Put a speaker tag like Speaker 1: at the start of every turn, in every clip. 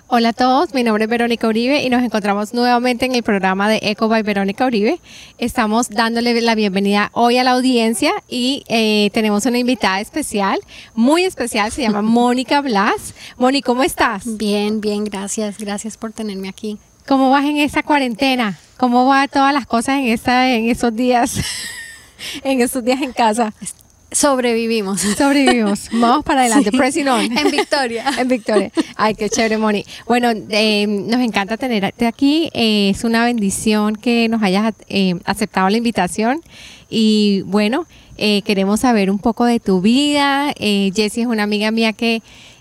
Speaker 1: Hola a todos, mi nombre es Verónica Uribe y nos encontramos nuevamente en el programa de Eco by Verónica Uribe. Estamos dándole la bienvenida hoy a la audiencia y tenemos una invitada especial, muy especial, se llama Mónica Blas. Moni, ¿cómo estás?
Speaker 2: Bien, bien, gracias. Gracias por tenerme aquí.
Speaker 1: ¿Cómo vas en esta cuarentena? ¿Cómo van todas las cosas en esos días, en estos días en casa?
Speaker 2: Sobrevivimos.
Speaker 1: Sobrevivimos. Vamos para adelante. Sí. Pressing on.
Speaker 2: En Victoria.
Speaker 1: En Victoria. Ay, qué chévere, Moni. Bueno, nos encanta tenerte aquí. Es una bendición que nos hayas aceptado la invitación. Y bueno, queremos saber un poco de tu vida. Jessie es una amiga mía que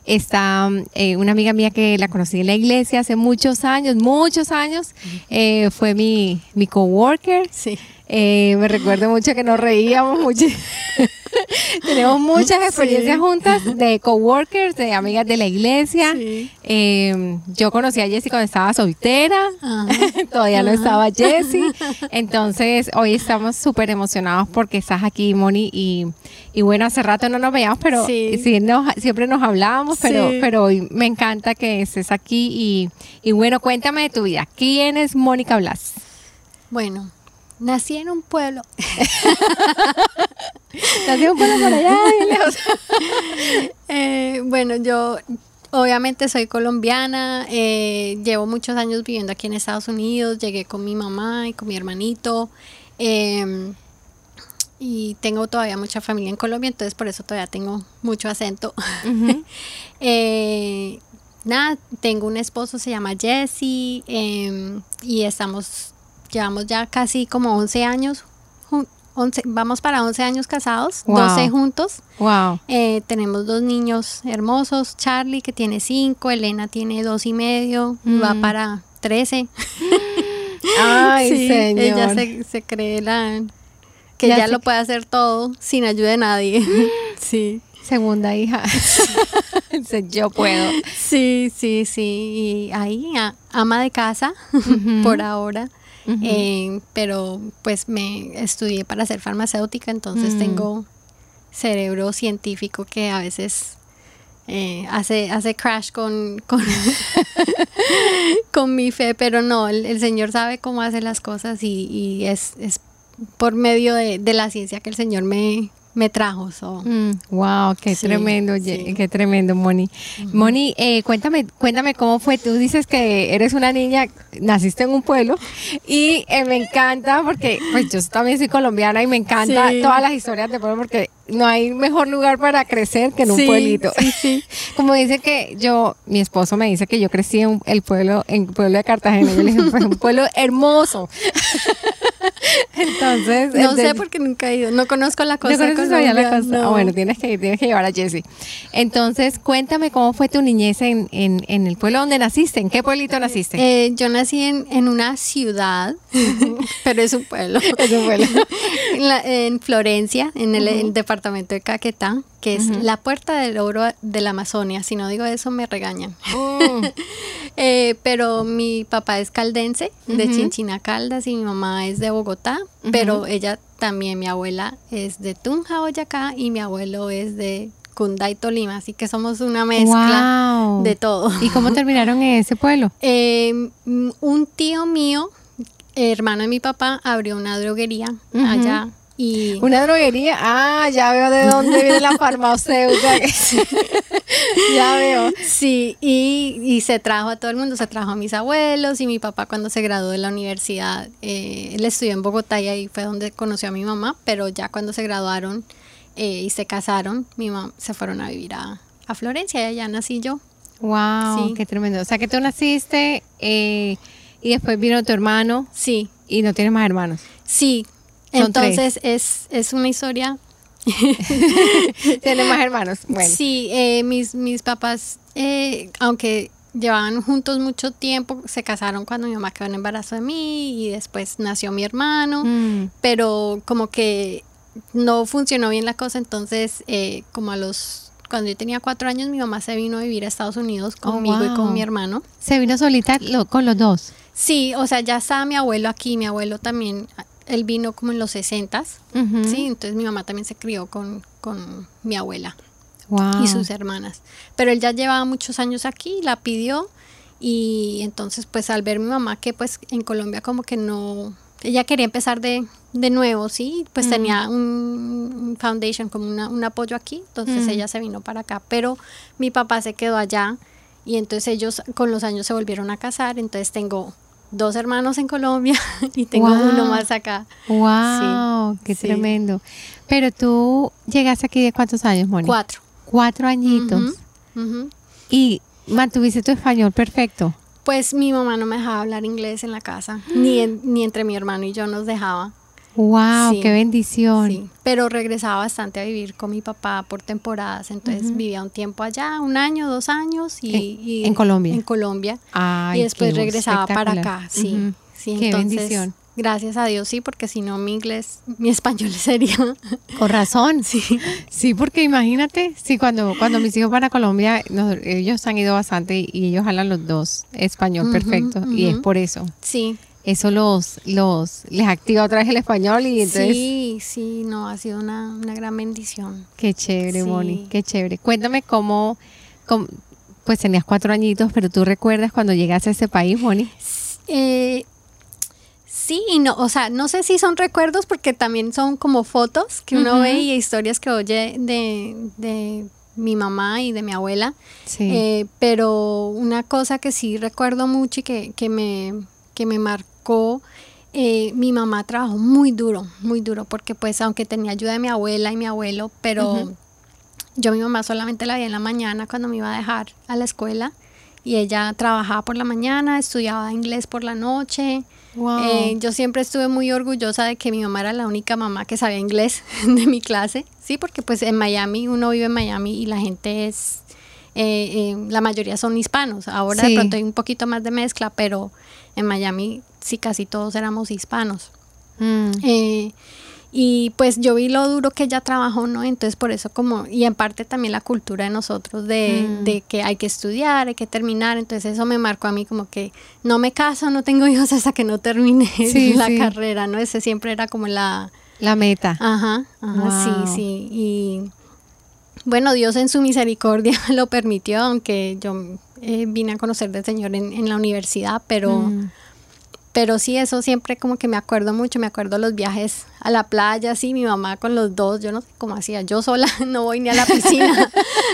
Speaker 1: la conocí en la iglesia hace muchos años. Fue mi coworker.
Speaker 2: Sí.
Speaker 1: Me recuerdo mucho que nos reíamos mucho. Tenemos muchas experiencias juntas de coworkers, de amigas de la iglesia. Sí. Yo conocí a Jessie cuando estaba soltera. Todavía no estaba Jessie. Entonces hoy estamos súper emocionados porque estás aquí, Moni, y bueno, hace rato no nos veíamos, pero sí, siempre nos hablábamos, pero hoy me encanta que estés aquí y bueno, cuéntame de tu vida. ¿Quién es Mónica Blas?
Speaker 2: Bueno, nací en un pueblo.
Speaker 1: Nací en un pueblo por allá, lejos.
Speaker 2: Bueno, yo obviamente soy colombiana, llevo muchos años viviendo aquí en Estados Unidos, llegué con mi mamá y con mi hermanito, y tengo todavía mucha familia en Colombia, entonces por eso todavía tengo mucho acento. Uh-huh. Tengo un esposo, se llama Jesse, y llevamos ya casi como 11 años, vamos para 11 años casados, wow. 12 juntos.
Speaker 1: Wow.
Speaker 2: Tenemos 2 niños hermosos, Charlie que tiene 5, Elena tiene 2 y medio, va para 13.
Speaker 1: Ay,
Speaker 2: sí,
Speaker 1: señor.
Speaker 2: Ella se cree que ya lo puede hacer todo sin ayuda de nadie. Sí.
Speaker 1: Segunda hija. Yo puedo.
Speaker 2: Sí. Y ahí, ama de casa, uh-huh. Por ahora. Uh-huh. Pero pues me estudié para ser farmacéutica, entonces tengo cerebro científico que a veces hace crash con con mi fe, pero no, el Señor sabe cómo hace las cosas y es por medio de la ciencia que el Señor me trajo.
Speaker 1: Wow, qué tremendo, qué tremendo, Moni. Uh-huh. Moni, cuéntame cómo fue. Tú dices que eres una niña, naciste en un pueblo y me encanta porque pues yo también soy colombiana y me encanta todas las historias de pueblo porque no hay mejor lugar para crecer que en un pueblito. Sí. Como dice que mi esposo me dice que yo crecí en el pueblo de Cartagena. Yo le dije, pues un pueblo hermoso. Entonces,
Speaker 2: no sé porque nunca he ido, no conozco la cosa.
Speaker 1: No. Bueno, tienes que llevar a Jessie. Entonces, cuéntame cómo fue tu niñez en el pueblo donde naciste. ¿En qué pueblito naciste?
Speaker 2: Yo nací en una ciudad, pero es un pueblo.
Speaker 1: Es un pueblo.
Speaker 2: En Florencia, en el departamento de Caquetá, que es la puerta del oro de la Amazonia. Si no digo eso, me regañan. Pero mi papá es caldense, de Chinchina, Caldas, y mi mamá es de Bogotá, pero ella también, mi abuela es de Tunja, Boyacá, y mi abuelo es de Cunday, Tolima, así que somos una mezcla de todo.
Speaker 1: ¿Y cómo terminaron en ese pueblo?
Speaker 2: Un tío mío, hermano de mi papá, abrió una droguería allá.
Speaker 1: ¿Una droguería? Ya veo de dónde viene la farmacéutica. Ya veo.
Speaker 2: Sí, y se trajo a todo el mundo, se trajo a mis abuelos, y mi papá cuando se graduó de la universidad, él estudió en Bogotá y ahí fue donde conoció a mi mamá, pero ya cuando se graduaron y se casaron, mi mamá se fueron a vivir a Florencia, y allá nací yo.
Speaker 1: Wow, qué tremendo. O sea que tú naciste y después vino tu hermano.
Speaker 2: Sí.
Speaker 1: Y no tienes más hermanos.
Speaker 2: Sí. Entonces es una historia.
Speaker 1: ¿Tienes más hermanos? Bueno.
Speaker 2: Sí, mis papás, aunque llevaban juntos mucho tiempo, se casaron cuando mi mamá quedó en embarazo de mí y después nació mi hermano, pero como que no funcionó bien la cosa, entonces cuando yo tenía 4 años, mi mamá se vino a vivir a Estados Unidos conmigo y con mi hermano.
Speaker 1: ¿Se vino solita con los dos?
Speaker 2: Sí, o sea, ya estaba mi abuelo aquí, mi abuelo también. Él vino como en los 60s, ¿sí? Entonces mi mamá también se crió con mi abuela y sus hermanas. Pero él ya llevaba muchos años aquí, la pidió Y entonces pues al ver mi mamá que pues en Colombia como que no, ella quería empezar de nuevo, sí, pues tenía un foundation, como un apoyo aquí, entonces ella se vino para acá, pero mi papá se quedó allá y entonces ellos con los años se volvieron a casar, entonces tengo 2 hermanos en Colombia y tengo uno más acá.
Speaker 1: ¡Wow! Sí, ¡qué tremendo! Pero tú llegaste aquí de ¿cuántos años, Moni?
Speaker 2: 4.
Speaker 1: 4 añitos. Y mantuviste tu español perfecto.
Speaker 2: Pues mi mamá no me dejaba hablar inglés en la casa, ni entre mi hermano y yo nos dejaba.
Speaker 1: ¡Wow! Sí, ¡qué bendición!
Speaker 2: Sí, pero regresaba bastante a vivir con mi papá por temporadas, entonces vivía un tiempo allá, 1 año, 2 años y
Speaker 1: ¿En Colombia?
Speaker 2: En Colombia.
Speaker 1: Ay,
Speaker 2: y después regresaba para acá, sí. Sí,
Speaker 1: ¡qué
Speaker 2: entonces,
Speaker 1: bendición!
Speaker 2: Gracias a Dios, sí, porque si no mi español sería...
Speaker 1: Con razón. Sí, porque imagínate, sí, cuando mis hijos van a Colombia, ellos han ido bastante y ellos hablan los 2 español perfecto y es por eso.
Speaker 2: Sí.
Speaker 1: Eso les activa otra vez el español y entonces...
Speaker 2: Sí, no, ha sido una gran bendición.
Speaker 1: Qué chévere, Moni, qué chévere. Cuéntame cómo, pues tenías 4 añitos, pero ¿tú recuerdas cuando llegaste a ese país, Moni?
Speaker 2: Sí y no, o sea, no sé si son recuerdos porque también son como fotos que uno ve y historias que oye de mi mamá y de mi abuela. Sí. Pero una cosa que sí recuerdo mucho y que me marcó, mi mamá trabajó muy duro, porque pues aunque tenía ayuda de mi abuela y mi abuelo, pero yo a mi mamá solamente la veía en la mañana cuando me iba a dejar a la escuela y ella trabajaba por la mañana, estudiaba inglés por la noche. Wow. Yo siempre estuve muy orgullosa de que mi mamá era la única mamá que sabía inglés de mi clase, sí, porque pues en Miami, uno vive en Miami y la gente es, la mayoría son hispanos, ahora de pronto hay un poquito más de mezcla, pero en Miami sí casi todos éramos hispanos. Y pues yo vi lo duro que ella trabajó, ¿no? Entonces por eso y en parte también la cultura de nosotros de que hay que estudiar, hay que terminar, entonces eso me marcó a mí como que no me caso, no tengo hijos hasta que no termine la carrera, ¿no? Ese siempre era como la
Speaker 1: meta.
Speaker 2: Ajá, wow. Sí. Y bueno, Dios en su misericordia lo permitió, aunque yo vine a conocer del Señor en la universidad, pero sí, eso siempre como que me acuerdo mucho, me acuerdo los viajes a la playa, sí, mi mamá con los 2, yo no sé cómo hacía, yo sola no voy ni a la piscina,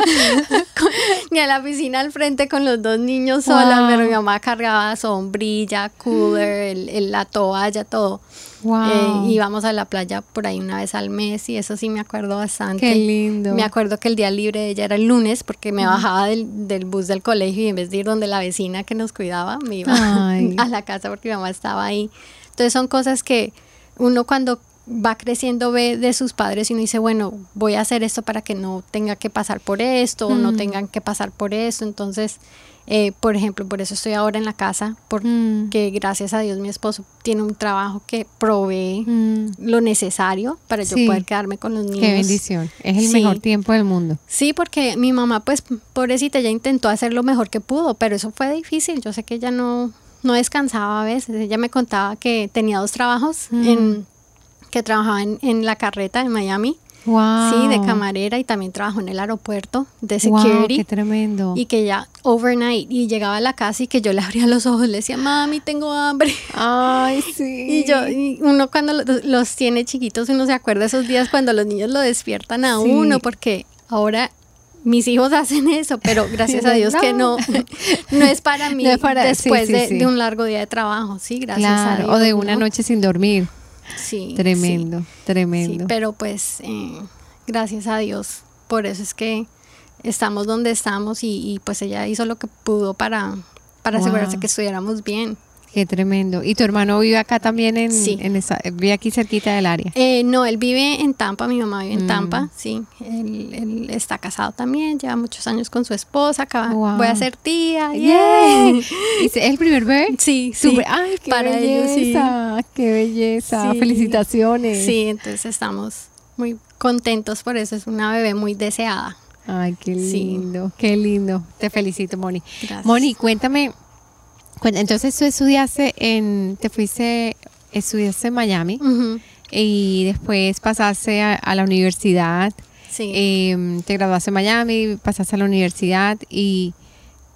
Speaker 2: ni a la piscina al frente con los 2 niños sola, pero mi mamá cargaba sombrilla, cooler, la toalla, todo. Wow. Íbamos a la playa por ahí una vez al mes y eso sí me acuerdo bastante.
Speaker 1: Qué lindo.
Speaker 2: Me acuerdo que el día libre de ella era el lunes porque me bajaba del bus del colegio y en vez de ir donde la vecina que nos cuidaba, me iba a la casa porque mi mamá estaba ahí. Entonces son cosas que uno cuando va creciendo ve de sus padres y uno dice, bueno, voy a hacer esto para que no tenga que pasar por esto o no tengan que pasar por esto. Entonces, por ejemplo, por eso estoy ahora en la casa, porque gracias a Dios mi esposo tiene un trabajo que provee lo necesario para yo poder quedarme con los niños.
Speaker 1: Qué bendición, es el mejor tiempo del mundo.
Speaker 2: Sí, porque mi mamá, pues, pobrecita, ella intentó hacer lo mejor que pudo, pero eso fue difícil. Yo sé que ella no descansaba a veces. Ella me contaba que tenía 2 trabajos, que trabajaba en la carreta en Miami. Wow. Sí, de camarera y también trabajó en el aeropuerto de security.
Speaker 1: Wow, qué tremendo.
Speaker 2: Y que ya overnight y llegaba a la casa y que yo le abría los ojos, le decía, mami, tengo hambre.
Speaker 1: Ay, sí.
Speaker 2: Y uno cuando los tiene chiquitos, uno se acuerda de esos días cuando los niños lo despiertan a uno, porque ahora mis hijos hacen eso, pero gracias a Dios que no es para mí después de un largo día de trabajo, sí, gracias a Dios.
Speaker 1: O de una noche sin dormir.
Speaker 2: Sí.
Speaker 1: Tremendo.
Speaker 2: Sí, pero pues gracias a Dios, por eso es que estamos donde estamos y pues ella hizo lo que pudo para asegurarse que estuviéramos bien.
Speaker 1: Qué tremendo. ¿Y tu hermano vive acá también vive aquí cerquita del área?
Speaker 2: No, él vive en Tampa, mi mamá vive en Tampa, sí. Él está casado también, lleva muchos años con su esposa, voy a ser tía.
Speaker 1: ¡Yay! ¿Es el primer bebé?
Speaker 2: Sí.
Speaker 1: ¡Ay, qué para belleza! Ellos, sí. ¡Qué belleza! Sí. ¡Felicitaciones!
Speaker 2: Sí, entonces estamos muy contentos por eso, es una bebé muy deseada.
Speaker 1: ¡Ay, qué lindo! ¡Qué lindo! Te felicito, Moni.
Speaker 2: Gracias.
Speaker 1: Moni, cuéntame. Entonces tú estudiaste en Miami y después pasaste a la universidad.
Speaker 2: Sí.
Speaker 1: Te graduaste en Miami, pasaste a la universidad y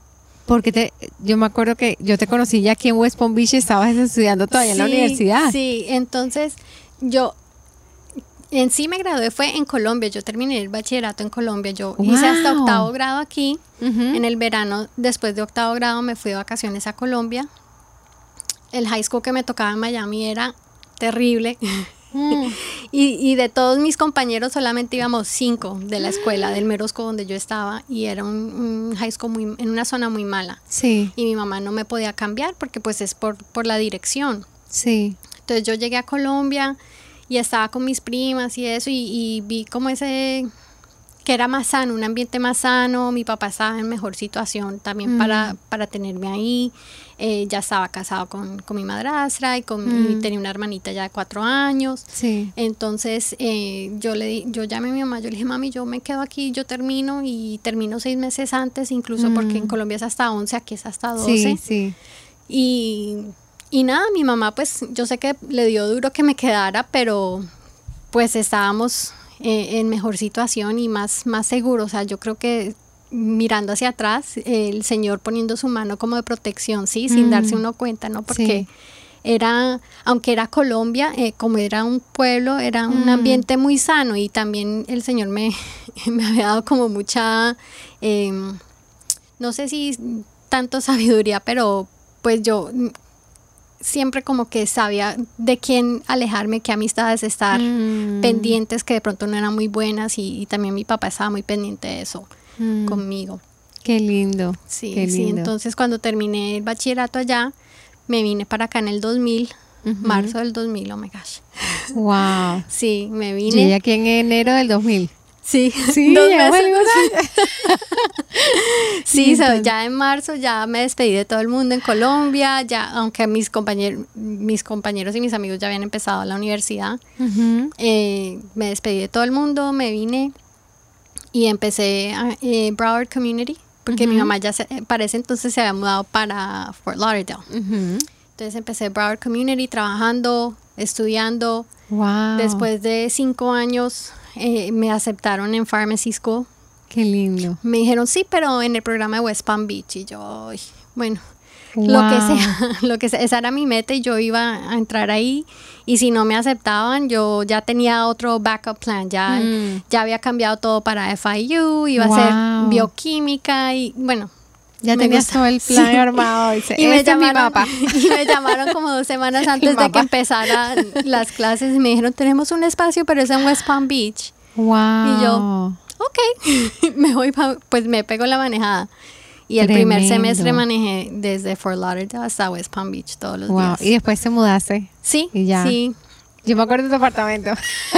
Speaker 1: Porque yo me acuerdo que yo te conocí ya aquí en West Palm Beach y estabas estudiando todavía en la universidad.
Speaker 2: Sí, entonces yo en sí me gradué fue en Colombia. Yo terminé el bachillerato en Colombia. Yo hice hasta 8º grado aquí. En el verano, después de 8º grado, me fui de vacaciones a Colombia. El high school que me tocaba en Miami era terrible. Y de todos mis compañeros solamente íbamos 5 de la escuela del Merosco donde yo estaba, y era un high school en una zona muy mala.
Speaker 1: Sí.
Speaker 2: Y mi mamá no me podía cambiar porque pues es por la dirección.
Speaker 1: Sí.
Speaker 2: Entonces yo llegué a Colombia y estaba con mis primas y eso, y vi como ese que era más sano, un ambiente más sano. Mi papá estaba en mejor situación también para tenerme ahí. Ya estaba casado con mi madrastra y tenía una hermanita ya de 4 años.
Speaker 1: Sí.
Speaker 2: Entonces yo llamé a mi mamá, yo le dije, mami, yo me quedo aquí, yo termino 6 meses antes, incluso porque en Colombia es hasta 11, aquí es hasta 12.
Speaker 1: Sí.
Speaker 2: Y nada, mi mamá pues yo sé que le dio duro que me quedara, pero pues estábamos en mejor situación y más seguros. O sea, yo creo que mirando hacia atrás, el Señor poniendo su mano como de protección, sí, sin darse uno cuenta, ¿no? Porque aunque era Colombia, como era un pueblo, era un ambiente muy sano, y también el Señor me había dado como mucha, no sé si tanto sabiduría, pero pues yo siempre como que sabía de quién alejarme, qué amistades estar pendientes, que de pronto no eran muy buenas, y también mi papá estaba muy pendiente de eso conmigo.
Speaker 1: Qué lindo.
Speaker 2: Sí,
Speaker 1: qué lindo.
Speaker 2: Sí, entonces cuando terminé el bachillerato allá, me vine para acá en el 2000, marzo del 2000, oh my gosh.
Speaker 1: Wow.
Speaker 2: Sí, me vine.
Speaker 1: Llegué aquí en enero del 2000.
Speaker 2: Sí,
Speaker 1: sí,
Speaker 2: 2 meses. Sí, ya en marzo ya me despedí de todo el mundo en Colombia, ya, aunque mis compañeros y mis amigos ya habían empezado la universidad. Me despedí de todo el mundo, me vine y empecé Broward Community, porque mi mamá ya para ese entonces se había mudado para Fort Lauderdale. Entonces empecé Broward Community trabajando, estudiando.
Speaker 1: Wow.
Speaker 2: Después de 5 años me aceptaron en Pharmacy School.
Speaker 1: Qué lindo.
Speaker 2: Me dijeron sí, pero en el programa de West Palm Beach. Y yo, bueno,
Speaker 1: wow.
Speaker 2: lo que sea, esa era mi meta y yo iba a entrar ahí. Y si no me aceptaban, yo ya tenía otro backup plan. Ya había cambiado todo para FIU, iba a ser bioquímica y bueno.
Speaker 1: Ya tenías todo el plan armado.
Speaker 2: Y me llamaron como 2 semanas antes de que empezaran las clases y me dijeron, tenemos un espacio, pero es en West Palm Beach.
Speaker 1: Wow.
Speaker 2: Y yo, ok, pues me pego la manejada. Y el primer semestre manejé desde Fort Lauderdale hasta West Palm Beach todos los días.
Speaker 1: Y después te mudaste.
Speaker 2: Sí,
Speaker 1: y ya.
Speaker 2: Sí.
Speaker 1: Yo me acuerdo de tu apartamento.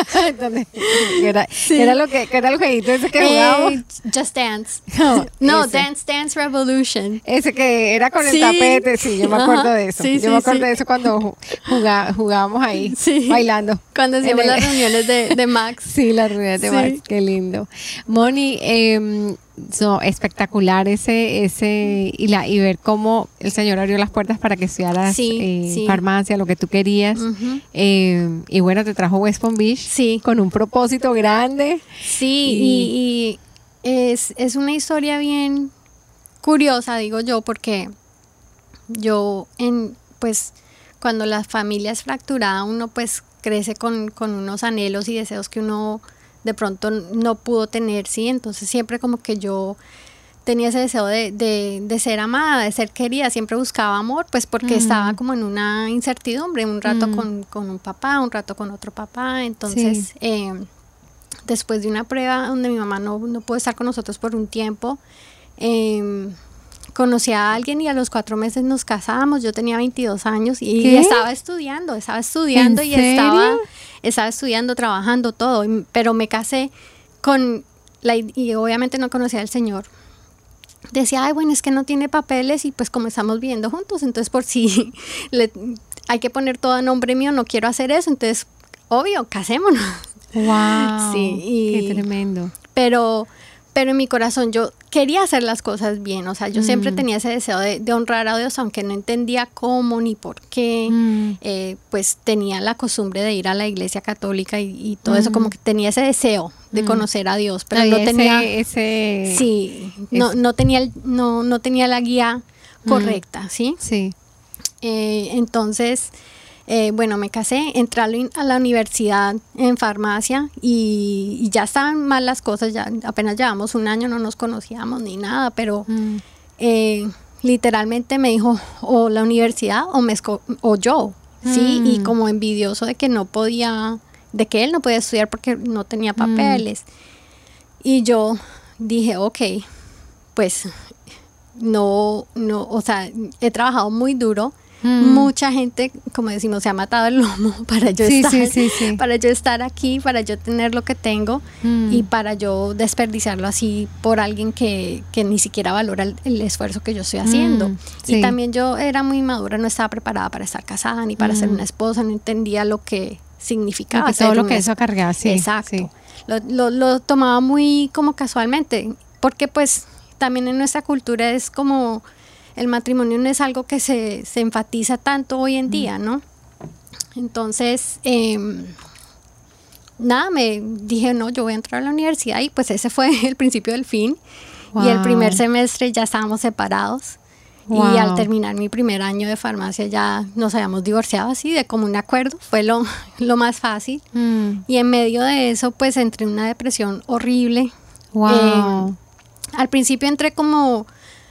Speaker 1: Era lo que era el jueguito ese que jugábamos.
Speaker 2: Just Dance. No, Dance Revolution.
Speaker 1: Ese que era con el tapete. Sí, yo me acuerdo de eso. Yo me acuerdo de eso cuando jugábamos ahí, bailando.
Speaker 2: Cuando hacíamos las reuniones de Max.
Speaker 1: Sí, las reuniones de Max. Qué lindo. Moni, espectacular y ver cómo el Señor abrió las puertas para que estudiaras farmacia, lo que tú querías. Y bueno, te trajo West Palm Beach con un propósito grande.
Speaker 2: Sí, y es una historia bien curiosa, digo yo, porque yo, pues, cuando la familia es fracturada, uno pues crece con unos anhelos y deseos que uno de pronto no pudo tener, ¿sí? Entonces siempre como que yo tenía ese deseo de ser amada, de ser querida, siempre buscaba amor, pues porque estaba como en una incertidumbre, un rato con un papá, un rato con otro papá. Entonces después de una prueba donde mi mamá no pudo estar con nosotros por un tiempo, conocí a alguien y a los 4 meses nos casamos. Yo tenía 22 años y estaba estudiando y estaba estudiando, trabajando, todo, pero me casé y obviamente no conocía al Señor. Decía, ay, bueno, es que no tiene papeles y pues como estamos viviendo juntos, entonces por si hay que poner todo a nombre mío, no quiero hacer eso, entonces, obvio, casémonos.
Speaker 1: Wow,
Speaker 2: sí,
Speaker 1: qué tremendo.
Speaker 2: Pero pero en mi corazón yo quería hacer las cosas bien, o sea, yo siempre tenía ese deseo de honrar a Dios, aunque no entendía cómo ni por qué, pues tenía la costumbre de ir a la iglesia católica y todo eso, como que tenía ese deseo de conocer a Dios, pero no tenía no tenía la guía correcta, ¿sí?
Speaker 1: Sí.
Speaker 2: Entonces, bueno, me casé, entré a la universidad en farmacia y ya estaban mal las cosas, ya apenas llevamos un año, no nos conocíamos ni nada, pero literalmente me dijo o la universidad o yo, ¿sí? Y como envidioso de que él no podía estudiar porque no tenía papeles. Y yo dije, ok, pues no, o sea, he trabajado muy duro. Mucha gente, como decimos, se ha matado el lomo para yo para yo estar aquí, para yo tener lo que tengo y para yo desperdiciarlo así por alguien que ni siquiera valora el esfuerzo que yo estoy haciendo. Y también yo era muy madura, no estaba preparada para estar casada ni para ser una esposa, no entendía lo que significaba
Speaker 1: todo lo que eso acarreaba.
Speaker 2: Exacto. Lo tomaba muy como casualmente, porque pues también en nuestra cultura es como el matrimonio no es algo que se enfatiza tanto hoy en día, ¿no? Entonces, nada, me dije, no, yo voy a entrar a la universidad y pues ese fue el principio del fin. Wow. Y el primer semestre ya estábamos separados. Wow. Y al terminar mi primer año de farmacia ya nos habíamos divorciado así de común acuerdo, fue lo más fácil. Y en medio de eso pues entré en una depresión horrible.
Speaker 1: Wow.
Speaker 2: Al principio entré como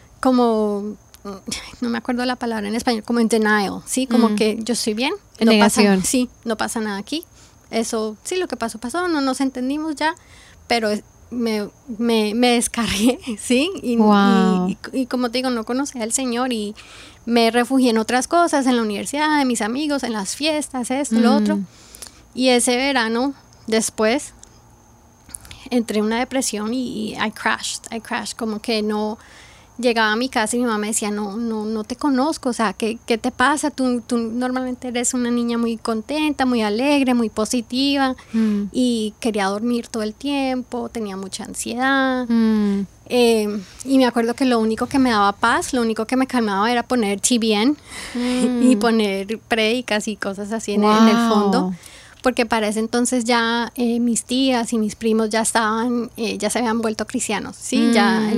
Speaker 2: no me acuerdo la palabra en español, como en denial, ¿sí? Como que yo estoy bien,
Speaker 1: en negación.
Speaker 2: No pasa nada aquí. Eso, sí, lo que pasó, no nos entendimos ya, pero me descargué, ¿sí? Y como te digo, no conocía al Señor y me refugié en otras cosas, en la universidad, en mis amigos, en las fiestas, esto, lo otro. Y ese verano, después, entré en una depresión y I crashed, como que no... Llegaba a mi casa y mi mamá me decía, no te conozco, o sea, ¿qué te pasa? Tú normalmente eres una niña muy contenta, muy alegre, muy positiva y quería dormir todo el tiempo, tenía mucha ansiedad y me acuerdo que lo único que me daba paz, lo único que me calmaba era poner TBN y poner prédicas y cosas así en el fondo. Porque para ese entonces ya mis tías y mis primos ya se habían vuelto cristianos, ¿sí?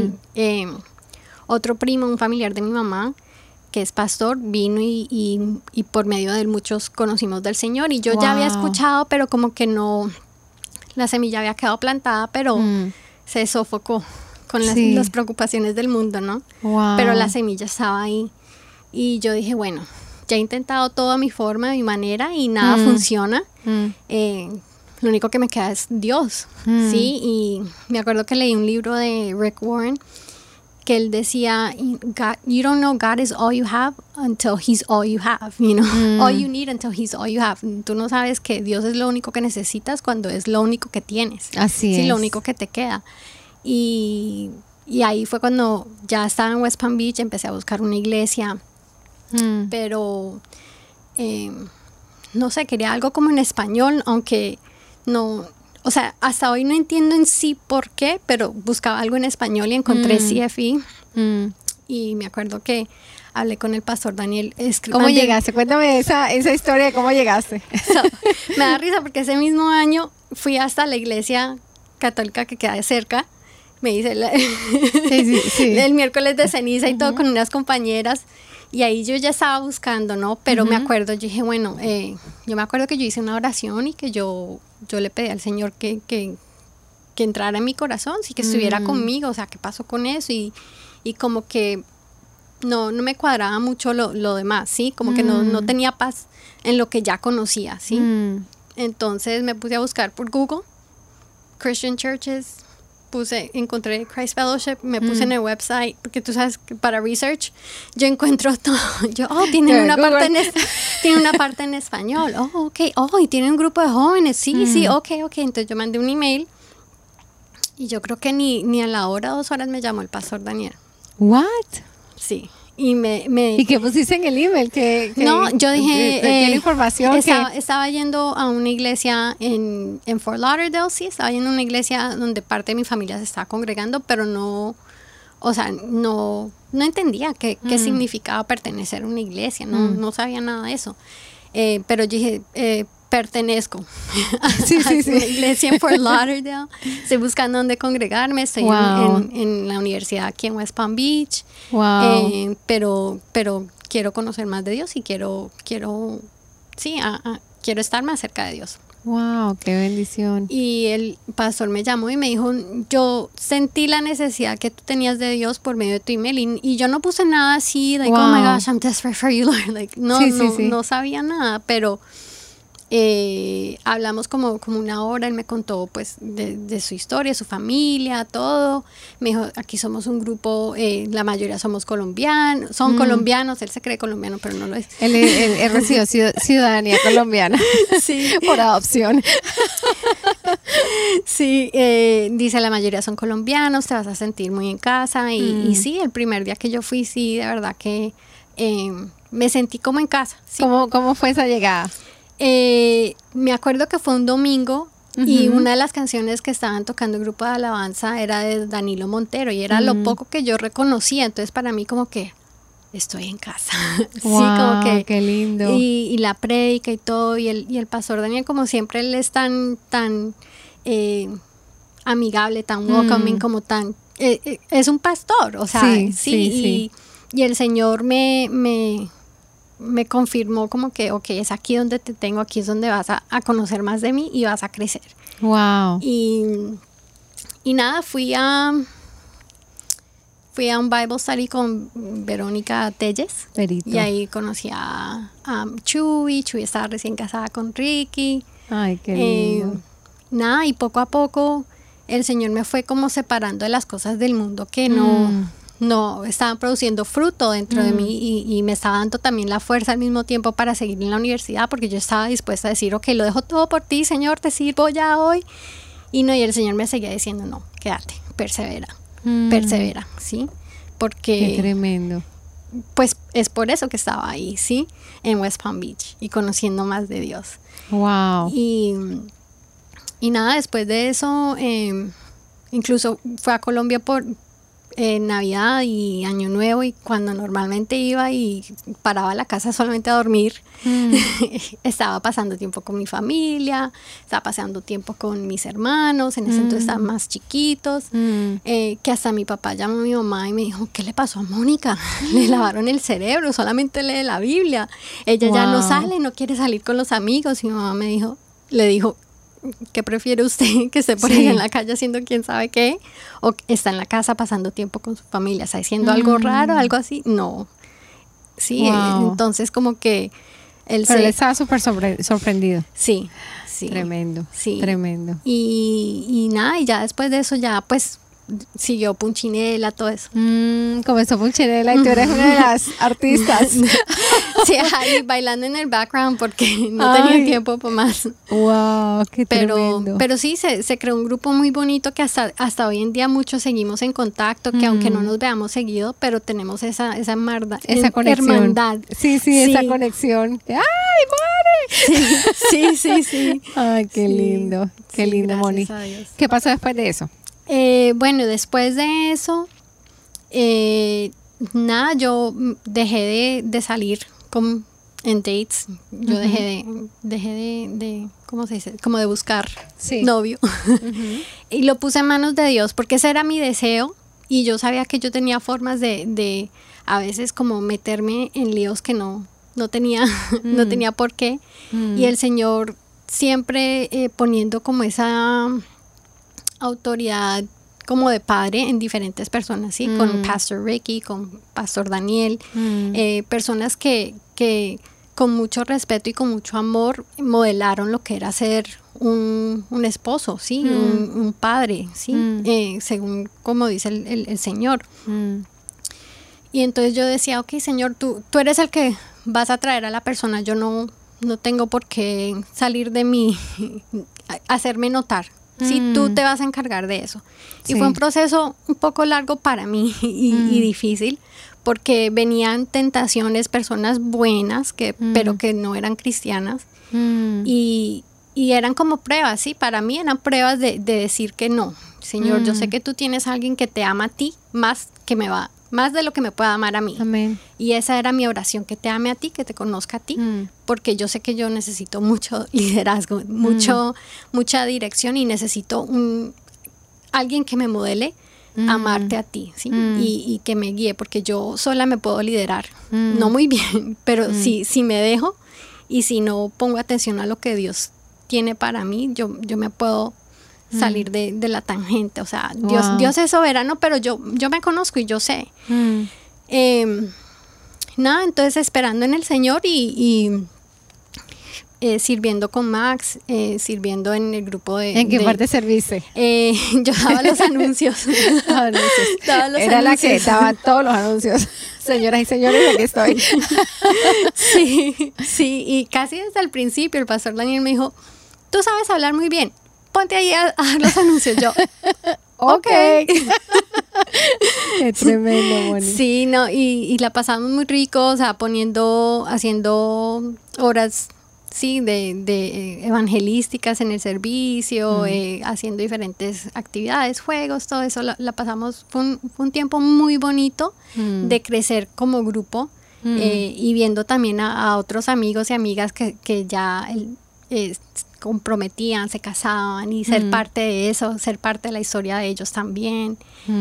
Speaker 2: Otro primo, un familiar de mi mamá, que es pastor, vino y por medio de él muchos conocimos del Señor. Y yo ya había escuchado, pero como que no, la semilla había quedado plantada, pero se sofocó con las preocupaciones del mundo, ¿no? Pero la semilla estaba ahí. Y yo dije, bueno, ya he intentado todo a mi forma, a mi manera, y nada funciona. Lo único que me queda es Dios, ¿sí? Y me acuerdo que leí un libro de Rick Warren, que él decía, you don't know God is all you have until He's all you have, you know, all you need until He's all you have. Tú no sabes que Dios es lo único que necesitas cuando es lo único que tienes.
Speaker 1: Así es.
Speaker 2: Lo único que te queda. Y ahí fue cuando ya estaba en West Palm Beach, empecé a buscar una iglesia, pero no sé, quería algo como en español, aunque no... O sea, hasta hoy no entiendo en sí por qué, pero buscaba algo en español y encontré CFE. Y me acuerdo que hablé con el pastor Daniel.
Speaker 1: ¿Cómo llegaste? Cuéntame esa historia de cómo llegaste.
Speaker 2: Me da risa porque ese mismo año fui hasta la iglesia católica que queda cerca. Me hice el miércoles de ceniza y todo con unas compañeras. Y ahí yo ya estaba buscando, ¿no? Pero me acuerdo, yo dije, bueno, yo me acuerdo que yo hice una oración y que yo le pedí al Señor que entrara en mi corazón, sí, que estuviera conmigo, o sea, ¿qué pasó con eso? Y como que no me cuadraba mucho lo demás, ¿sí? Como que no tenía paz en lo que ya conocía, ¿sí? Entonces me puse a buscar por Google, Christian Churches, encontré Christ Fellowship, me puse en el website, porque tú sabes que para research yo encuentro todo. Tienen una parte en español. Y tienen un grupo de jóvenes. Sí, ok. Entonces yo mandé un email y yo creo que ni a la hora, 2 horas me llamó el pastor Daniel.
Speaker 1: What?
Speaker 2: Sí.
Speaker 1: ¿Y qué pusiste en el email?
Speaker 2: No, yo dije...
Speaker 1: información
Speaker 2: estaba yendo a una iglesia en Fort Lauderdale, sí, estaba yendo a una iglesia donde parte de mi familia se estaba congregando, pero no entendía qué significaba pertenecer a una iglesia, no sabía nada de eso. Pero yo dije, pertenezco a una iglesia en Fort Lauderdale, estoy buscando dónde congregarme, estoy en la universidad aquí en West Palm Beach, pero quiero conocer más de Dios y quiero estar más cerca de Dios.
Speaker 1: Wow, qué bendición.
Speaker 2: Y el pastor me llamó y me dijo, yo sentí la necesidad que tú tenías de Dios por medio de tu email, y yo no puse nada así, like, oh my gosh, I'm desperate for you, Lord. Like, no sabía nada, pero hablamos como una hora. Él me contó pues de su historia, su familia, todo. Me dijo, aquí somos un grupo, la mayoría somos colombianos, colombianos, él se cree colombiano pero no lo es.
Speaker 1: Él recibió ciudadanía colombiana.
Speaker 2: Sí.
Speaker 1: Por adopción.
Speaker 2: Sí, dice, la mayoría son colombianos, te vas a sentir muy en casa, y sí, el primer día que yo fui, sí, de verdad que me sentí como en casa. Sí.
Speaker 1: ¿Cómo fue esa llegada?
Speaker 2: Me acuerdo que fue un domingo, y una de las canciones que estaban tocando el grupo de alabanza era de Danilo Montero, y era lo poco que yo reconocía, entonces para mí como que estoy en casa.
Speaker 1: Wow, sí, como que qué lindo.
Speaker 2: Y la prédica y todo, y el pastor Daniel, como siempre, él es tan amigable, tan welcoming, como tan es un pastor, o sea, sí. Y el Señor me confirmó como que, okay, es aquí donde te tengo, aquí es donde vas a conocer más de mí y vas a crecer.
Speaker 1: Wow.
Speaker 2: Y nada, fui a un Bible study con Verónica Telles.
Speaker 1: Perito.
Speaker 2: Y ahí conocí a Chuy. Chuy estaba recién casada con Ricky.
Speaker 1: Ay, qué lindo.
Speaker 2: Nada, y poco a poco el Señor me fue como separando de las cosas del mundo que no estaban produciendo fruto dentro de mí, y me estaba dando también la fuerza al mismo tiempo para seguir en la universidad, porque yo estaba dispuesta a decir, ok, lo dejo todo por ti, Señor, te sirvo ya hoy. Y el Señor me seguía diciendo, no, quédate, persevera, ¿sí? Porque...
Speaker 1: Qué tremendo.
Speaker 2: Pues es por eso que estaba ahí, ¿sí? En West Palm Beach y conociendo más de Dios.
Speaker 1: Wow.
Speaker 2: Y nada, después de eso, incluso fue a Colombia por Navidad y Año Nuevo, y cuando normalmente iba y paraba a la casa solamente a dormir, estaba pasando tiempo con mi familia, estaba pasando tiempo con mis hermanos, en ese entonces estaban más chiquitos, que hasta mi papá llamó a mi mamá y me dijo, ¿qué le pasó a Mónica? Le lavaron el cerebro, solamente lee la Biblia, ella ya no sale, no quiere salir con los amigos. Y mi mamá le dijo, ¿qué prefiere usted? ¿Que esté por ahí en la calle haciendo quién sabe qué? ¿O está en la casa pasando tiempo con su familia? ¿Está haciendo algo raro, algo así? No. Sí, entonces como que él
Speaker 1: estaba súper sorprendido.
Speaker 2: Sí.
Speaker 1: Tremendo.
Speaker 2: Sí.
Speaker 1: Tremendo.
Speaker 2: Y nada, y ya después de eso ya pues siguió Punchinela, todo eso.
Speaker 1: Comenzó Punchinela y tú eres una de las artistas.
Speaker 2: Sí, ahí bailando en el background porque no tenía tiempo para más.
Speaker 1: Wow, qué tremendo.
Speaker 2: Pero sí, se creó un grupo muy bonito que hasta hoy en día muchos seguimos en contacto, que aunque no nos veamos seguido, pero tenemos esa
Speaker 1: conexión.
Speaker 2: Hermandad.
Speaker 1: Sí, esa conexión. ¡Ay, Moni!
Speaker 2: Sí.
Speaker 1: Ay, qué lindo. Qué lindo, Moni. ¿Qué pasó después de eso?
Speaker 2: Bueno, después de eso, nada, yo dejé de salir en dates. Yo dejé de ¿cómo se dice? Como de buscar novio. Y lo puse en manos de Dios, porque ese era mi deseo, y yo sabía que yo tenía formas de a veces como meterme en líos que no tenía por qué. Y el Señor siempre poniendo como esa autoridad como de padre en diferentes personas, ¿sí? Con Pastor Ricky, con Pastor Daniel, personas que con mucho respeto y con mucho amor modelaron lo que era ser un esposo, ¿sí? Un padre, ¿sí? Según como dice el Señor. Y entonces yo decía, ok, Señor, tú eres el que vas a traer a la persona, yo no tengo por qué salir de mí, hacerme notar. Sí, tú te vas a encargar de eso. Y fue un proceso un poco largo para mí y difícil, porque venían tentaciones, personas buenas, pero que no eran cristianas, y eran como pruebas, ¿sí? Para mí eran pruebas de decir que no, Señor, yo sé que tú tienes a alguien que te ama a ti más de lo que me pueda amar a mí.
Speaker 1: Amén.
Speaker 2: Y esa era mi oración, que te ame a ti, que te conozca a ti, porque yo sé que yo necesito mucho liderazgo, mucha dirección, y necesito alguien que me modele amarte a ti, ¿sí? Y que me guíe, porque yo sola me puedo liderar, no muy bien, pero si me dejo y si no pongo atención a lo que Dios tiene para mí, yo me puedo salir de la tangente. O sea, Dios es soberano, pero yo me conozco y yo sé. Nada, entonces esperando en el Señor y sirviendo con Max, sirviendo en el grupo de...
Speaker 1: ¿En qué parte serviste?
Speaker 2: Yo daba los anuncios.
Speaker 1: Era la que daba todos los anuncios. Señoras y señores, aquí estoy.
Speaker 2: Sí, y casi desde el principio el pastor Daniel me dijo, tú sabes hablar muy bien, ponte ahí a dar los anuncios. Yo, ok.
Speaker 1: Qué tremendo, Moni.
Speaker 2: Sí, no, y la pasamos muy rico, o sea, haciendo horas, sí, de evangelísticas en el servicio, haciendo diferentes actividades, juegos, todo eso, la pasamos, fue un tiempo muy bonito de crecer como grupo, y viendo también a otros amigos y amigas que ya comprometían, se casaban, y ser parte de eso, ser parte de la historia de ellos también.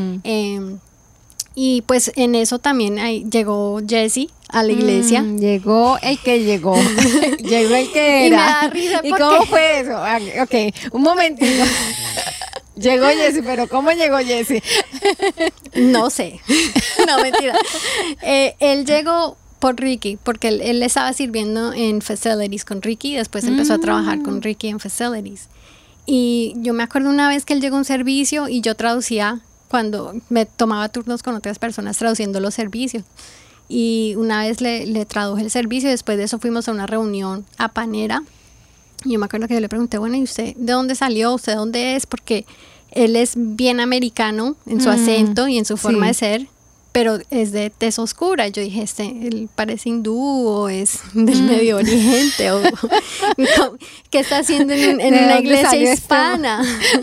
Speaker 2: Y pues en eso también llegó Jesse a la iglesia.
Speaker 1: Llegó el que llegó. Llegó el que era.
Speaker 2: Y me da risa
Speaker 1: ¿Y cómo fue eso? Ok, un momentito. Llegó Jesse, pero ¿cómo llegó Jesse?
Speaker 2: No sé. No, mentira. Él llegó por Ricky, porque él estaba sirviendo en Facilities con Ricky, y después empezó a trabajar con Ricky en Facilities. Y yo me acuerdo una vez que él llegó a un servicio y yo traducía, cuando me tomaba turnos con otras personas traduciendo los servicios. Y una vez le traduje el servicio, y después de eso fuimos a una reunión a Panera. Y yo me acuerdo que yo le pregunté, bueno, ¿y usted de dónde salió? ¿Usted de dónde es? Porque él es bien americano en su acento y en su forma de ser, pero es de tez oscura. Yo dije, él parece hindú o es del Medio Oriente, o ¿qué está haciendo en una iglesia hispana?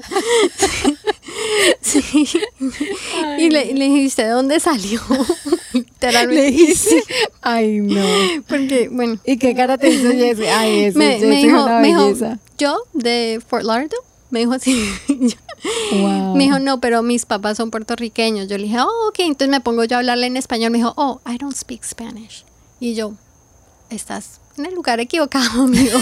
Speaker 2: Sí. Y le dije, ¿usted de dónde salió?
Speaker 1: Le dije, ay no.
Speaker 2: Porque, bueno.
Speaker 1: ¿Y qué cara te hizo Jesse? Ay,
Speaker 2: me dijo, yo de Fort Lauderdale. Me dijo así. Wow. Me dijo, no, pero mis papás son puertorriqueños. Yo le dije, oh, ok. Entonces me pongo yo a hablarle en español. Me dijo, oh, I don't speak Spanish. Y yo, estás en el lugar equivocado, amigo.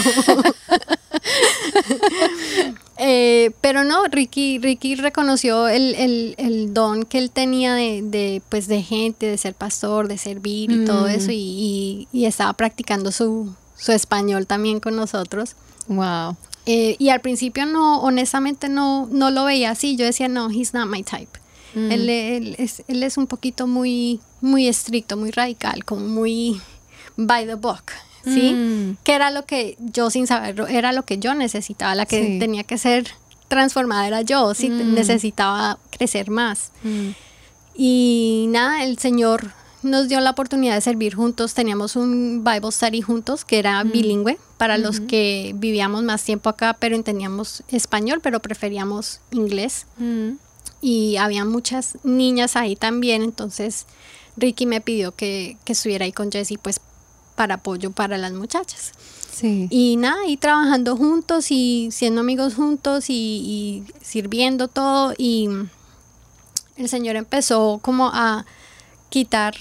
Speaker 2: Pero no, Ricky reconoció el don que él tenía de gente, de ser pastor, de servir y todo eso, y estaba practicando su español también con nosotros.
Speaker 1: Wow.
Speaker 2: Y al principio honestamente no lo veía así. Yo decía, no, he's not my type. Él es un poquito muy, muy estricto, muy radical, como muy by the book, ¿sí? Que era lo que yo, sin saberlo, era lo que yo necesitaba. La que tenía que ser transformada era yo, ¿sí? Necesitaba crecer más. Y nada, el Señor nos dio la oportunidad de servir juntos. Teníamos un Bible Study juntos que era bilingüe para los que vivíamos más tiempo acá, pero entendíamos español, pero preferíamos inglés. Y había muchas niñas ahí también, entonces Ricky me pidió que estuviera ahí con Jessie, pues para apoyo para las muchachas.
Speaker 1: Sí.
Speaker 2: Y nada, y trabajando juntos y siendo amigos juntos y sirviendo todo, y el Señor empezó como a quitar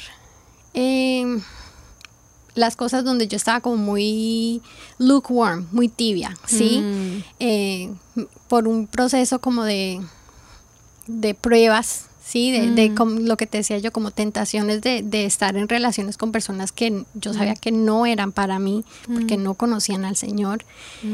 Speaker 2: las cosas donde yo estaba como muy lukewarm, muy tibia, ¿sí? Por un proceso como de pruebas, ¿sí? De como lo que te decía yo, como tentaciones de estar en relaciones con personas que yo sabía que no eran para mí, porque no conocían al Señor.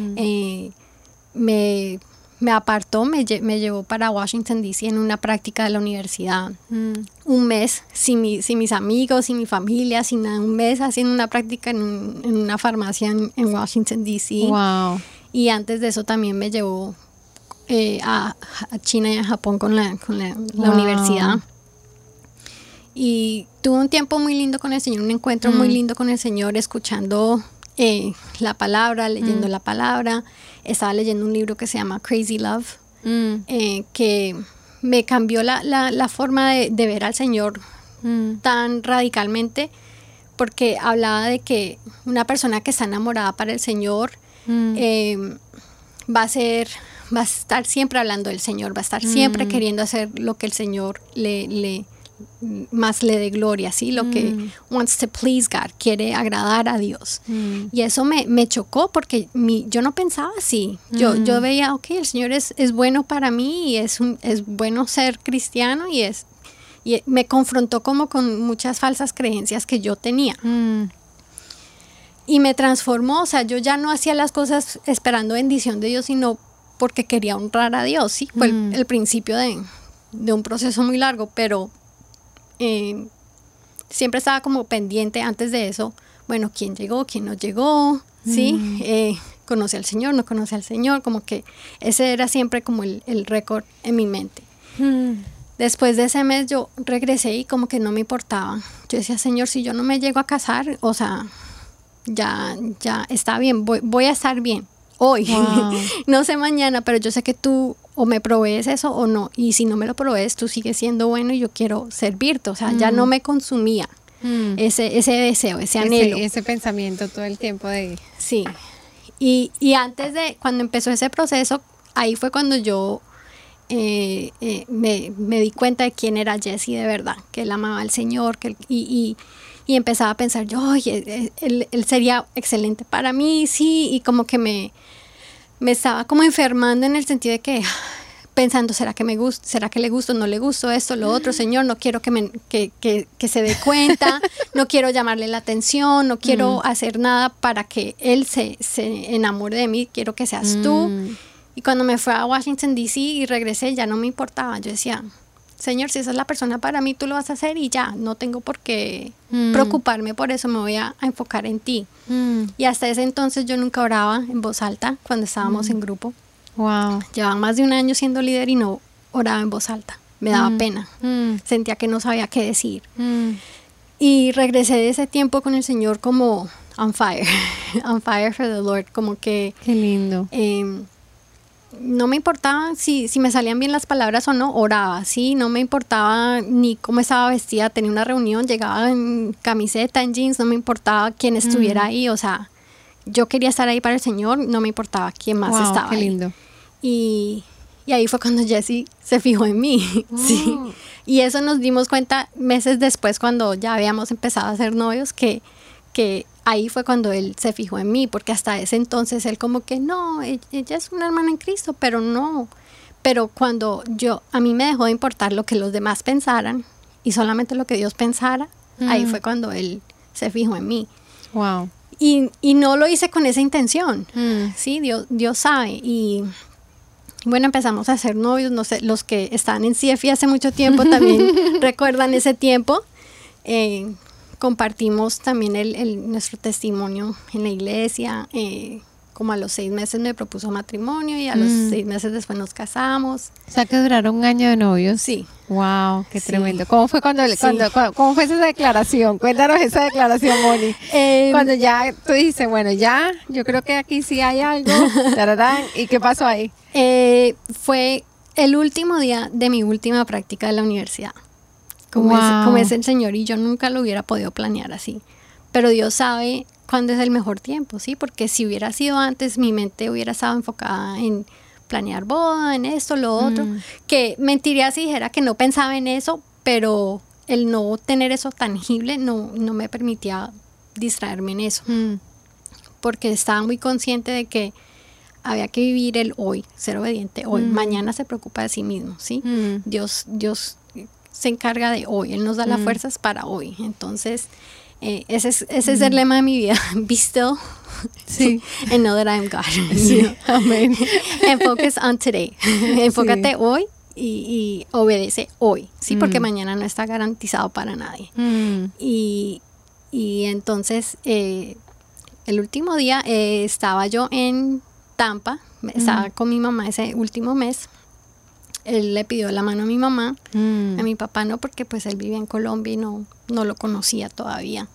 Speaker 2: Me apartó, me llevó para Washington, D.C. en una práctica de la universidad. Un mes sin mis amigos, sin mi familia, sin nada. Un mes haciendo una práctica en una farmacia en Washington, D.C.
Speaker 1: Wow.
Speaker 2: Y antes de eso también me llevó a China y a Japón con la universidad. Y tuve un tiempo muy lindo con el Señor, un encuentro muy lindo con el Señor, escuchando la palabra, leyendo la palabra. Estaba leyendo un libro que se llama Crazy Love, que me cambió la forma de ver al Señor tan radicalmente, porque hablaba de que una persona que está enamorada para el Señor va a estar siempre hablando del Señor, va a estar siempre queriendo hacer lo que el Señor más le dé gloria, ¿sí? Lo que wants to please God, quiere agradar a Dios. Y eso me chocó porque yo no pensaba así. Yo veía, ok, el Señor es bueno para mí y es bueno ser cristiano y me confrontó como con muchas falsas creencias que yo tenía. Y me transformó, o sea, yo ya no hacía las cosas esperando bendición de Dios, sino porque quería honrar a Dios, ¿sí? Fue el principio de un proceso muy largo, pero siempre estaba como pendiente antes de eso, bueno, quién llegó, quién no llegó, ¿sí? Conoce al Señor, no conoce al Señor, como que ese era siempre como el récord en mi mente. Después de ese mes yo regresé y como que no me importaba. Yo decía, Señor, si yo no me llego a casar, o sea, ya está bien, voy a estar bien hoy. Wow. No sé mañana, pero yo sé que tú o me provees eso o no, y si no me lo provees, tú sigues siendo bueno y yo quiero servirte. O sea, ya no me consumía ese deseo, ese anhelo.
Speaker 1: Ese pensamiento todo el tiempo de...
Speaker 2: Sí, y antes de, cuando empezó ese proceso, ahí fue cuando yo me di cuenta de quién era Jessie de verdad, que él amaba al Señor, y empezaba a pensar yo, oye, él sería excelente para mí, sí, y como que me estaba como enfermando en el sentido de que pensando, ¿será que me gusta? ¿Será que le gusto? ¿No le gusto esto, lo otro? Señor, no quiero que se dé cuenta, no quiero llamarle la atención, no quiero hacer nada para que él se enamore de mí, quiero que seas tú. Y cuando me fui a Washington, D.C. y regresé, ya no me importaba. Yo decía, Señor, si esa es la persona para mí, tú lo vas a hacer y ya, no tengo por qué preocuparme por eso, me voy a enfocar en ti. Y hasta ese entonces yo nunca oraba en voz alta cuando estábamos en grupo.
Speaker 1: Wow.
Speaker 2: Llevaba más de un año siendo líder y no oraba en voz alta. Me daba pena. Sentía que no sabía qué decir. Y regresé de ese tiempo con el Señor como on fire. On fire for the Lord. Como que...
Speaker 1: Qué lindo.
Speaker 2: No me importaba si me salían bien las palabras o no, oraba, ¿sí? No me importaba ni cómo estaba vestida, tenía una reunión, llegaba en camiseta, en jeans, no me importaba quién estuviera ahí, o sea, yo quería estar ahí para el Señor, no me importaba quién más estaba ahí. Qué lindo. Y ahí fue cuando Jessie se fijó en mí, ¿sí? Y eso nos dimos cuenta meses después cuando ya habíamos empezado a ser novios, que ahí fue cuando él se fijó en mí, porque hasta ese entonces él como que no, ella es una hermana en Cristo, pero no. Pero cuando a mí me dejó de importar lo que los demás pensaran y solamente lo que Dios pensara, ahí fue cuando él se fijó en mí.
Speaker 1: Wow.
Speaker 2: Y no lo hice con esa intención, ¿sí? Dios sabe. Y bueno, empezamos a ser novios, no sé, los que están en CFI hace mucho tiempo también recuerdan ese tiempo. Compartimos también nuestro testimonio en la iglesia. Como a los 6 meses me propuso matrimonio y a los 6 meses después nos casamos.
Speaker 1: O sea que duraron un año de novios.
Speaker 2: Sí.
Speaker 1: Wow, qué tremendo. ¿Cómo fue cómo fue esa declaración? Cuéntanos esa declaración, Moni. Cuando ya tú dijiste, bueno, ya, yo creo que aquí sí hay algo. Tararán, ¿y qué pasó ahí?
Speaker 2: Fue el último día de mi última práctica de la universidad. Como es el Señor, y yo nunca lo hubiera podido planear así. Pero Dios sabe cuándo es el mejor tiempo, ¿sí? Porque si hubiera sido antes, mi mente hubiera estado enfocada en planear boda, en esto, lo otro. Que mentiría si dijera que no pensaba en eso, pero el no tener eso tangible no me permitía distraerme en eso. Porque estaba muy consciente de que había que vivir el hoy, ser obediente hoy. Mañana se preocupa de sí mismo, ¿sí? Dios se encarga de hoy, Él nos da las fuerzas para hoy. Entonces, ese es el lema de mi vida. Be still,
Speaker 1: sí.
Speaker 2: And know that I am God.
Speaker 1: Sí. Amén.
Speaker 2: And focus on today. Enfócate hoy y obedece hoy, ¿sí? Porque mañana no está garantizado para nadie. Y entonces, el último día estaba yo en Tampa, estaba con mi mamá ese último mes. él le pidió la mano a mi mamá, a mi papá no, porque pues él vivía en Colombia y no lo conocía todavía.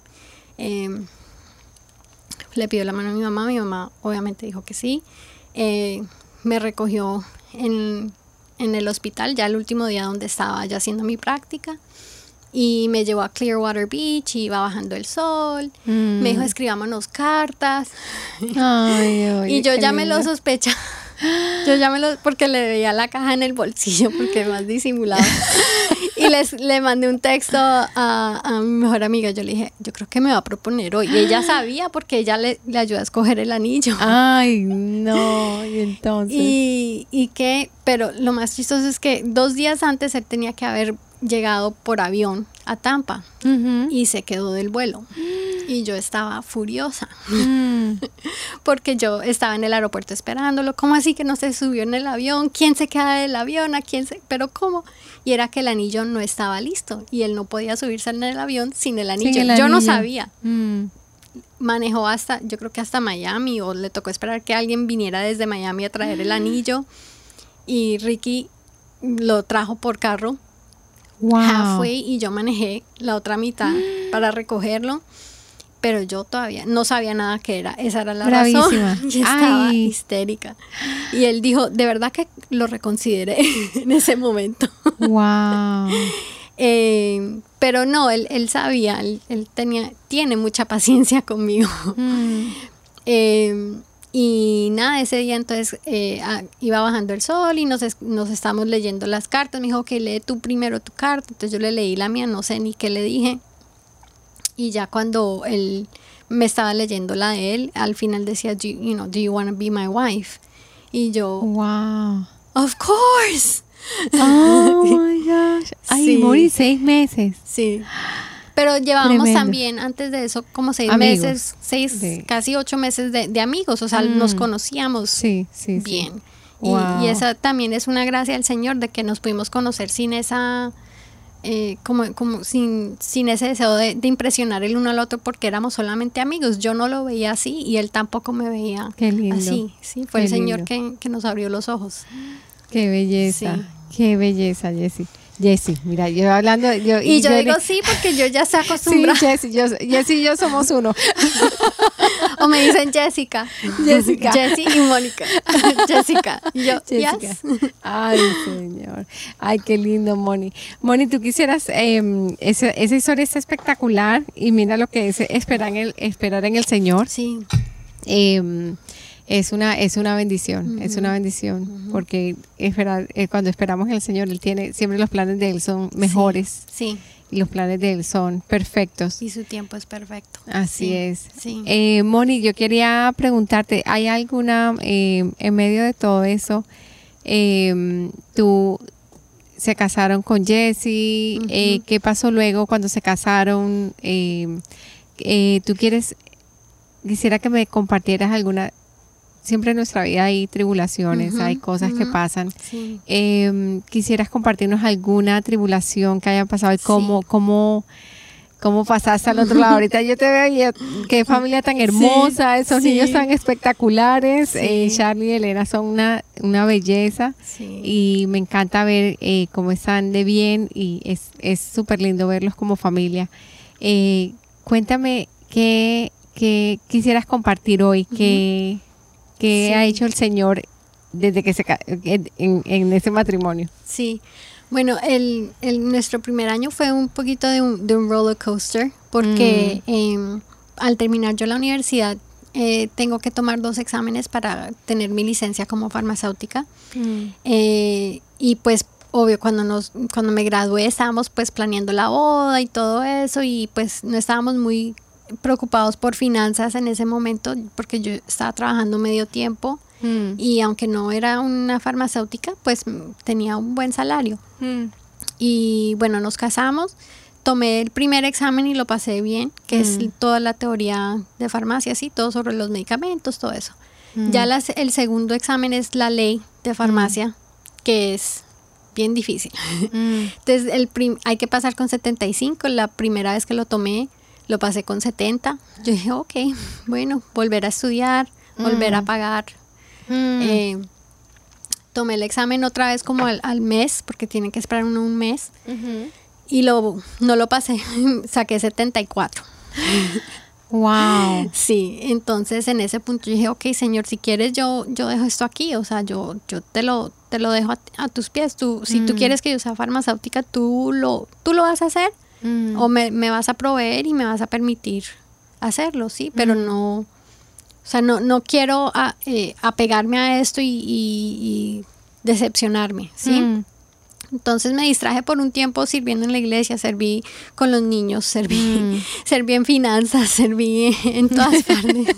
Speaker 2: Le pidió la mano a mi mamá obviamente dijo que sí. Me recogió en el hospital ya el último día donde estaba ya haciendo mi práctica y me llevó a Clearwater Beach y iba bajando el sol. Me dijo, escribámonos cartas. Y yo ya me lo sospechaba. Porque le veía la caja en el bolsillo, porque más disimulado. Y le mandé un texto a mi mejor amiga. Yo le dije, yo creo que me va a proponer hoy. Y ella sabía porque ella le ayudó a escoger el anillo.
Speaker 1: Ay, no. Y entonces.
Speaker 2: Pero lo más chistoso es que 2 días antes él tenía que haber llegado por avión a Tampa y se quedó del vuelo. Y yo estaba furiosa porque yo estaba en el aeropuerto esperándolo. ¿Cómo así que no se subió en el avión? ¿Quién se queda del avión? ¿Pero cómo? Y era que el anillo no estaba listo y él no podía subirse en el avión sin el anillo. Yo no sabía. Manejó yo creo que hasta Miami, o le tocó esperar que alguien viniera desde Miami a traer el anillo, y Ricky lo trajo por carro.
Speaker 1: Wow.
Speaker 2: Halfway, y yo manejé la otra mitad para recogerlo, pero yo todavía no sabía nada que era. Esa era la
Speaker 1: Bravísima.
Speaker 2: razón. Y estaba histérica. Y él dijo, de verdad que lo reconsideré en ese momento.
Speaker 1: Wow.
Speaker 2: Pero no, él sabía, él tiene mucha paciencia conmigo. Y nada, ese día entonces iba bajando el sol y nos estábamos leyendo las cartas. Me dijo, ok, lee tú primero tu carta. Entonces yo le leí la mía, no sé ni qué le dije. Y ya cuando él me estaba leyendo la de él, al final decía, do you want to be my wife? Y yo,
Speaker 1: wow,
Speaker 2: of course.
Speaker 1: Oh my gosh. Ay, sí. Mori, 6 meses.
Speaker 2: Sí. Pero llevábamos también antes de eso como 6 meses, casi 8 meses de amigos, o sea, nos conocíamos bien. Sí. Wow. Y esa también es una gracia del Señor, de que nos pudimos conocer sin esa, sin ese deseo de impresionar el uno al otro, porque éramos solamente amigos. Yo no lo veía así y él tampoco me veía así. Sí, fue el Señor que nos abrió los ojos.
Speaker 1: Qué belleza, qué belleza, Jessie, mira, yo hablando...
Speaker 2: Yo digo sí porque yo ya se acostumbrada.
Speaker 1: Sí, Jessie y yo somos uno.
Speaker 2: O me dicen Jessica. Jessie y Mónica. Jessica. Y yo, Jessica. Yes.
Speaker 1: Ay, Señor. Ay, qué lindo, Moni. Moni, tú quisieras... esa historia está espectacular y mira lo que es esperar en el Señor.
Speaker 2: Sí.
Speaker 1: Es una bendición, es una bendición, porque cuando esperamos en el Señor, Él tiene, siempre los planes de Él son mejores.
Speaker 2: Sí.
Speaker 1: Y los planes de Él son perfectos.
Speaker 2: Y su tiempo es perfecto.
Speaker 1: Así es.
Speaker 2: Sí.
Speaker 1: Moni, yo quería preguntarte, ¿hay alguna, en medio de todo eso, tú se casaron con Jessie? ¿Qué pasó luego cuando se casaron? Quisiera que me compartieras alguna... Siempre en nuestra vida hay tribulaciones, hay cosas que pasan.
Speaker 2: Sí.
Speaker 1: ¿Quisieras compartirnos alguna tribulación que haya pasado y cómo pasaste al otro lado? Ahorita yo te veo y qué familia tan hermosa, esos niños tan espectaculares. Charlie y Elena son una belleza y me encanta ver cómo están de bien y es súper lindo verlos como familia. Cuéntame qué quisieras compartir hoy, ¿Qué ha hecho el Señor desde que en ese matrimonio? Sí,
Speaker 2: bueno, nuestro primer año fue un poquito de un roller coaster, porque al terminar yo la universidad tengo que tomar 2 exámenes para tener mi licencia como farmacéutica. Y pues obvio, cuando me gradué estábamos pues planeando la boda y todo eso, y pues no estábamos muy preocupados por finanzas en ese momento, porque yo estaba trabajando medio tiempo y aunque no era una farmacéutica, pues tenía un buen salario. Y bueno, nos casamos, tomé el primer examen y lo pasé bien, que es toda la teoría de farmacia, sí, todo sobre los medicamentos, todo eso. Ya el segundo examen es la ley de farmacia, que es bien difícil. Entonces hay que pasar con 75, la primera vez que lo tomé lo pasé con 70. Yo dije, ok, bueno, volver a estudiar, volver a pagar. tomé el examen otra vez como al mes, porque tiene que esperar uno un mes. Y no lo pasé, saqué 74.
Speaker 1: Wow.
Speaker 2: Sí, entonces en ese punto yo dije, ok, Señor, si quieres yo dejo esto aquí, o sea, yo te lo dejo a tus pies. Si tú quieres que yo sea farmacéutica, tú lo vas a hacer, o me vas a proveer y me vas a permitir hacerlo, sí, pero no, o sea, no quiero apegarme a esto y decepcionarme, ¿sí? Entonces me distraje por un tiempo sirviendo en la iglesia, serví con los niños, serví en finanzas, serví en todas partes.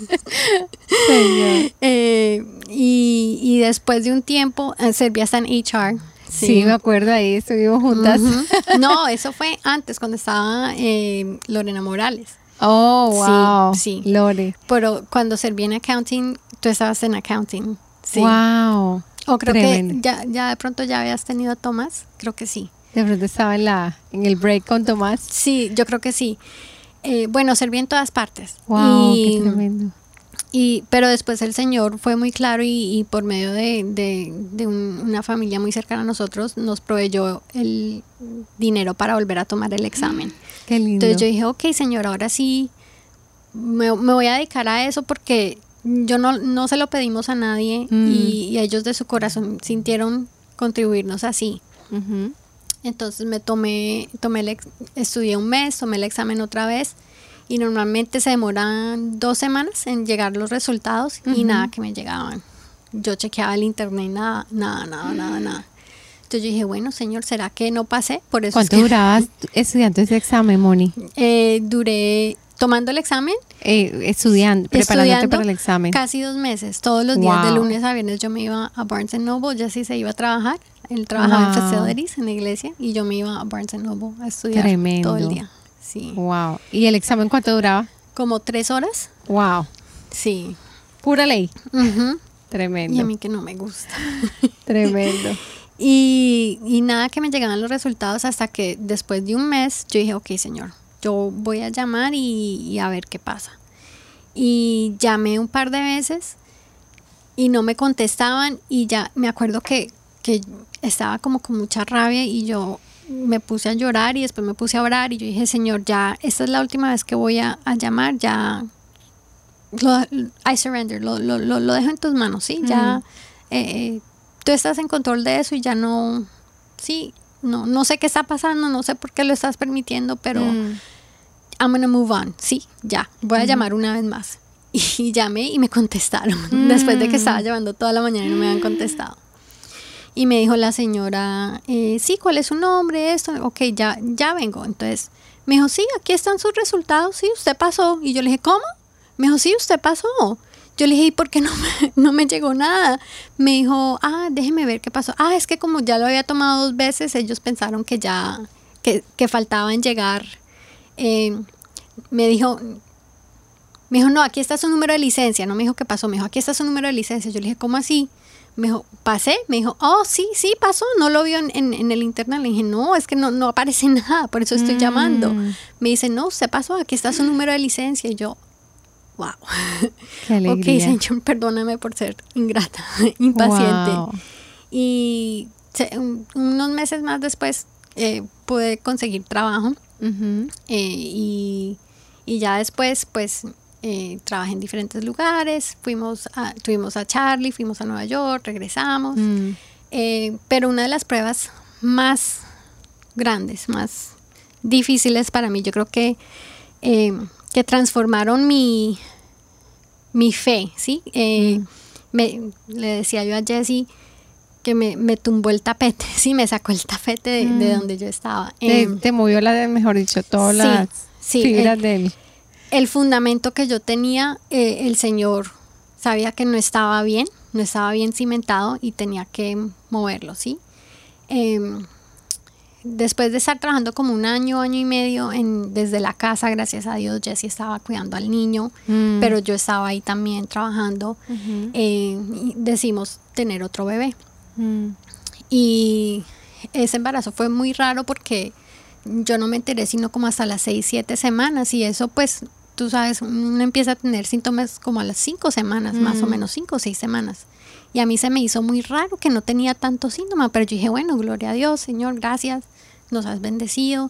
Speaker 2: Y después de un tiempo serví hasta en HR.
Speaker 1: Sí, me acuerdo, ahí estuvimos juntas.
Speaker 2: No, eso fue antes, cuando estaba Lorena Morales.
Speaker 1: Oh, wow.
Speaker 2: Sí.
Speaker 1: Lore.
Speaker 2: Pero cuando serví en accounting, tú estabas en accounting. Sí.
Speaker 1: Wow.
Speaker 2: O creo
Speaker 1: Tremendo.
Speaker 2: que ya de pronto ya habías tenido a Tomás, creo que sí.
Speaker 1: De pronto estaba en el break con Tomás.
Speaker 2: Sí, yo creo que sí. Bueno, serví en todas partes.
Speaker 1: Wow, qué tremendo.
Speaker 2: Pero después el Señor fue muy claro y por medio de una familia muy cercana a nosotros nos proveyó el dinero para volver a tomar el examen.
Speaker 1: Qué lindo.
Speaker 2: Entonces yo dije, ok, Señor, ahora sí me voy a dedicar a eso porque yo no se lo pedimos a nadie y ellos de su corazón sintieron contribuirnos así. Entonces estudié un mes, tomé el examen otra vez y normalmente se demoran 2 semanas en llegar los resultados y nada que me llegaban. Yo chequeaba el internet, nada. Entonces yo dije, bueno, Señor, ¿será que no pasé? Por eso
Speaker 1: ¿Cuánto durabas estudiando ese examen, Moni?
Speaker 2: Duré tomando el examen.
Speaker 1: Preparándote para el examen.
Speaker 2: Casi 2 meses. Todos los días, de lunes a viernes, yo me iba a Barnes Noble. Ya sí se iba a trabajar. Él trabajaba en facilities, en la iglesia, y yo me iba a Barnes Noble a estudiar.
Speaker 1: Tremendo.
Speaker 2: Todo el día. Sí.
Speaker 1: Wow. ¿Y el examen cuánto duraba?
Speaker 2: Como 3 horas.
Speaker 1: Wow.
Speaker 2: Sí.
Speaker 1: Pura ley. Tremendo.
Speaker 2: Y a mí que no me gusta.
Speaker 1: Tremendo.
Speaker 2: Y nada que me llegaban los resultados hasta que después de un mes yo dije, ok, Señor, yo voy a llamar y a ver qué pasa. Y llamé un par de veces y no me contestaban y ya me acuerdo que estaba como con mucha rabia y yo me puse a llorar y después me puse a orar y yo dije, Señor, ya esta es la última vez que voy a llamar, ya I surrender, lo dejo en tus manos, ¿sí? Ya tú estás en control de eso y ya no sé qué está pasando, no sé por qué lo estás permitiendo, pero I'm gonna move on, sí, ya, voy a llamar una vez más. Y llamé y me contestaron, después de que estaba llamando toda la mañana y no me habían contestado. Y me dijo la señora, sí, ¿cuál es su nombre? Esto, ok, ya vengo. Entonces me dijo, sí, aquí están sus resultados, sí, usted pasó. Y yo le dije, ¿cómo? Me dijo, sí, usted pasó. Yo le dije, ¿y por qué no me llegó nada? Me dijo, déjeme ver qué pasó. Es que como ya lo había tomado 2 veces, ellos pensaron que ya, que faltaba en llegar. Me dijo, no, aquí está su número de licencia. No me dijo qué pasó, me dijo, aquí está su número de licencia. Yo le dije, ¿cómo así? Me dijo, ¿pasé? Me dijo, sí, pasó, no lo vio en el internet. Le dije, no, es que no aparece nada, por eso estoy llamando. Me dice, no, usted pasó, aquí está su número de licencia. Y yo, wow.
Speaker 1: Qué alegría.
Speaker 2: Ok, Señor, perdóname por ser ingrata, impaciente.
Speaker 1: Wow.
Speaker 2: Y unos meses más después pude conseguir trabajo. Y ya después, pues, trabajé en diferentes lugares, tuvimos a Charlie, fuimos a Nueva York, regresamos. Pero una de las pruebas más grandes, más difíciles para mí, yo creo que transformaron mi fe, ¿sí? Le decía yo a Jessie que me tumbó el tapete, sí, me sacó el tapete de donde yo estaba.
Speaker 1: Te movió mejor dicho, todas las fibras de él.
Speaker 2: El fundamento que yo tenía, el Señor sabía que no estaba bien cimentado y tenía que moverlo, ¿sí? Después de estar trabajando como un año y medio desde la casa, gracias a Dios, Jessie estaba cuidando al niño, pero yo estaba ahí también trabajando. Y decidimos tener otro bebé. Y ese embarazo fue muy raro porque yo no me enteré sino como hasta las 6-7 semanas y eso pues tú sabes, uno empieza a tener síntomas como a las 5 semanas, más o menos 5 o 6 semanas. Y a mí se me hizo muy raro que no tenía tanto síntoma, pero yo dije, bueno, gloria a Dios, Señor, gracias, nos has bendecido.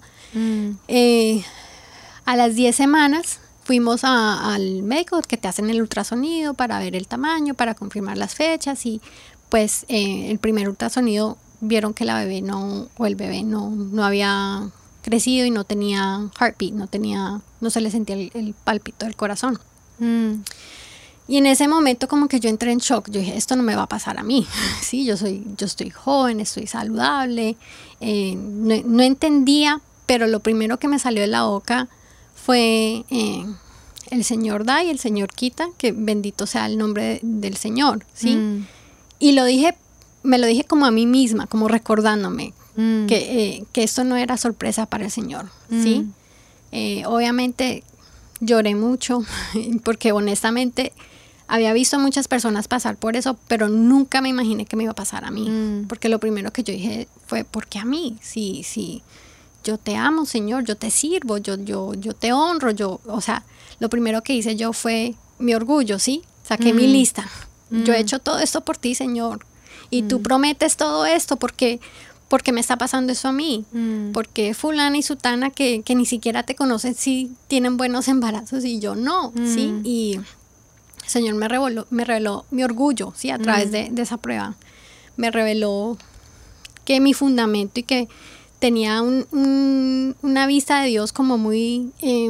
Speaker 2: A las 10 semanas fuimos al médico que te hacen el ultrasonido para ver el tamaño, para confirmar las fechas, y pues el primer ultrasonido vieron que la bebé el bebé no había crecido y no tenía heartbeat, no se le sentía el pálpito del corazón. Y en ese momento como que yo entré en shock. Yo dije, esto no me va a pasar a mí. Sí, yo estoy joven, estoy saludable. No entendía, pero lo primero que me salió de la boca fue el Señor da y el Señor quita, que bendito sea el nombre del Señor, ¿sí? Y me lo dije como a mí misma, como recordándome que esto no era sorpresa para el Señor, ¿sí? Obviamente lloré mucho porque honestamente había visto a muchas personas pasar por eso, pero nunca me imaginé que me iba a pasar a mí, porque lo primero que yo dije fue, ¿por qué a mí? Sí, yo te amo, Señor, yo te sirvo, yo te honro, o sea, lo primero que hice yo fue mi orgullo, ¿sí? Saqué mi lista. Yo he hecho todo esto por ti, Señor, y tú prometes todo esto porque me está pasando eso a mí, porque fulana y sutana que ni siquiera te conocen sí tienen buenos embarazos y yo no, ¿sí? Y el Señor me reveló mi orgullo, ¿sí? A través de esa prueba. Me reveló que mi fundamento y que tenía una vista de Dios como muy,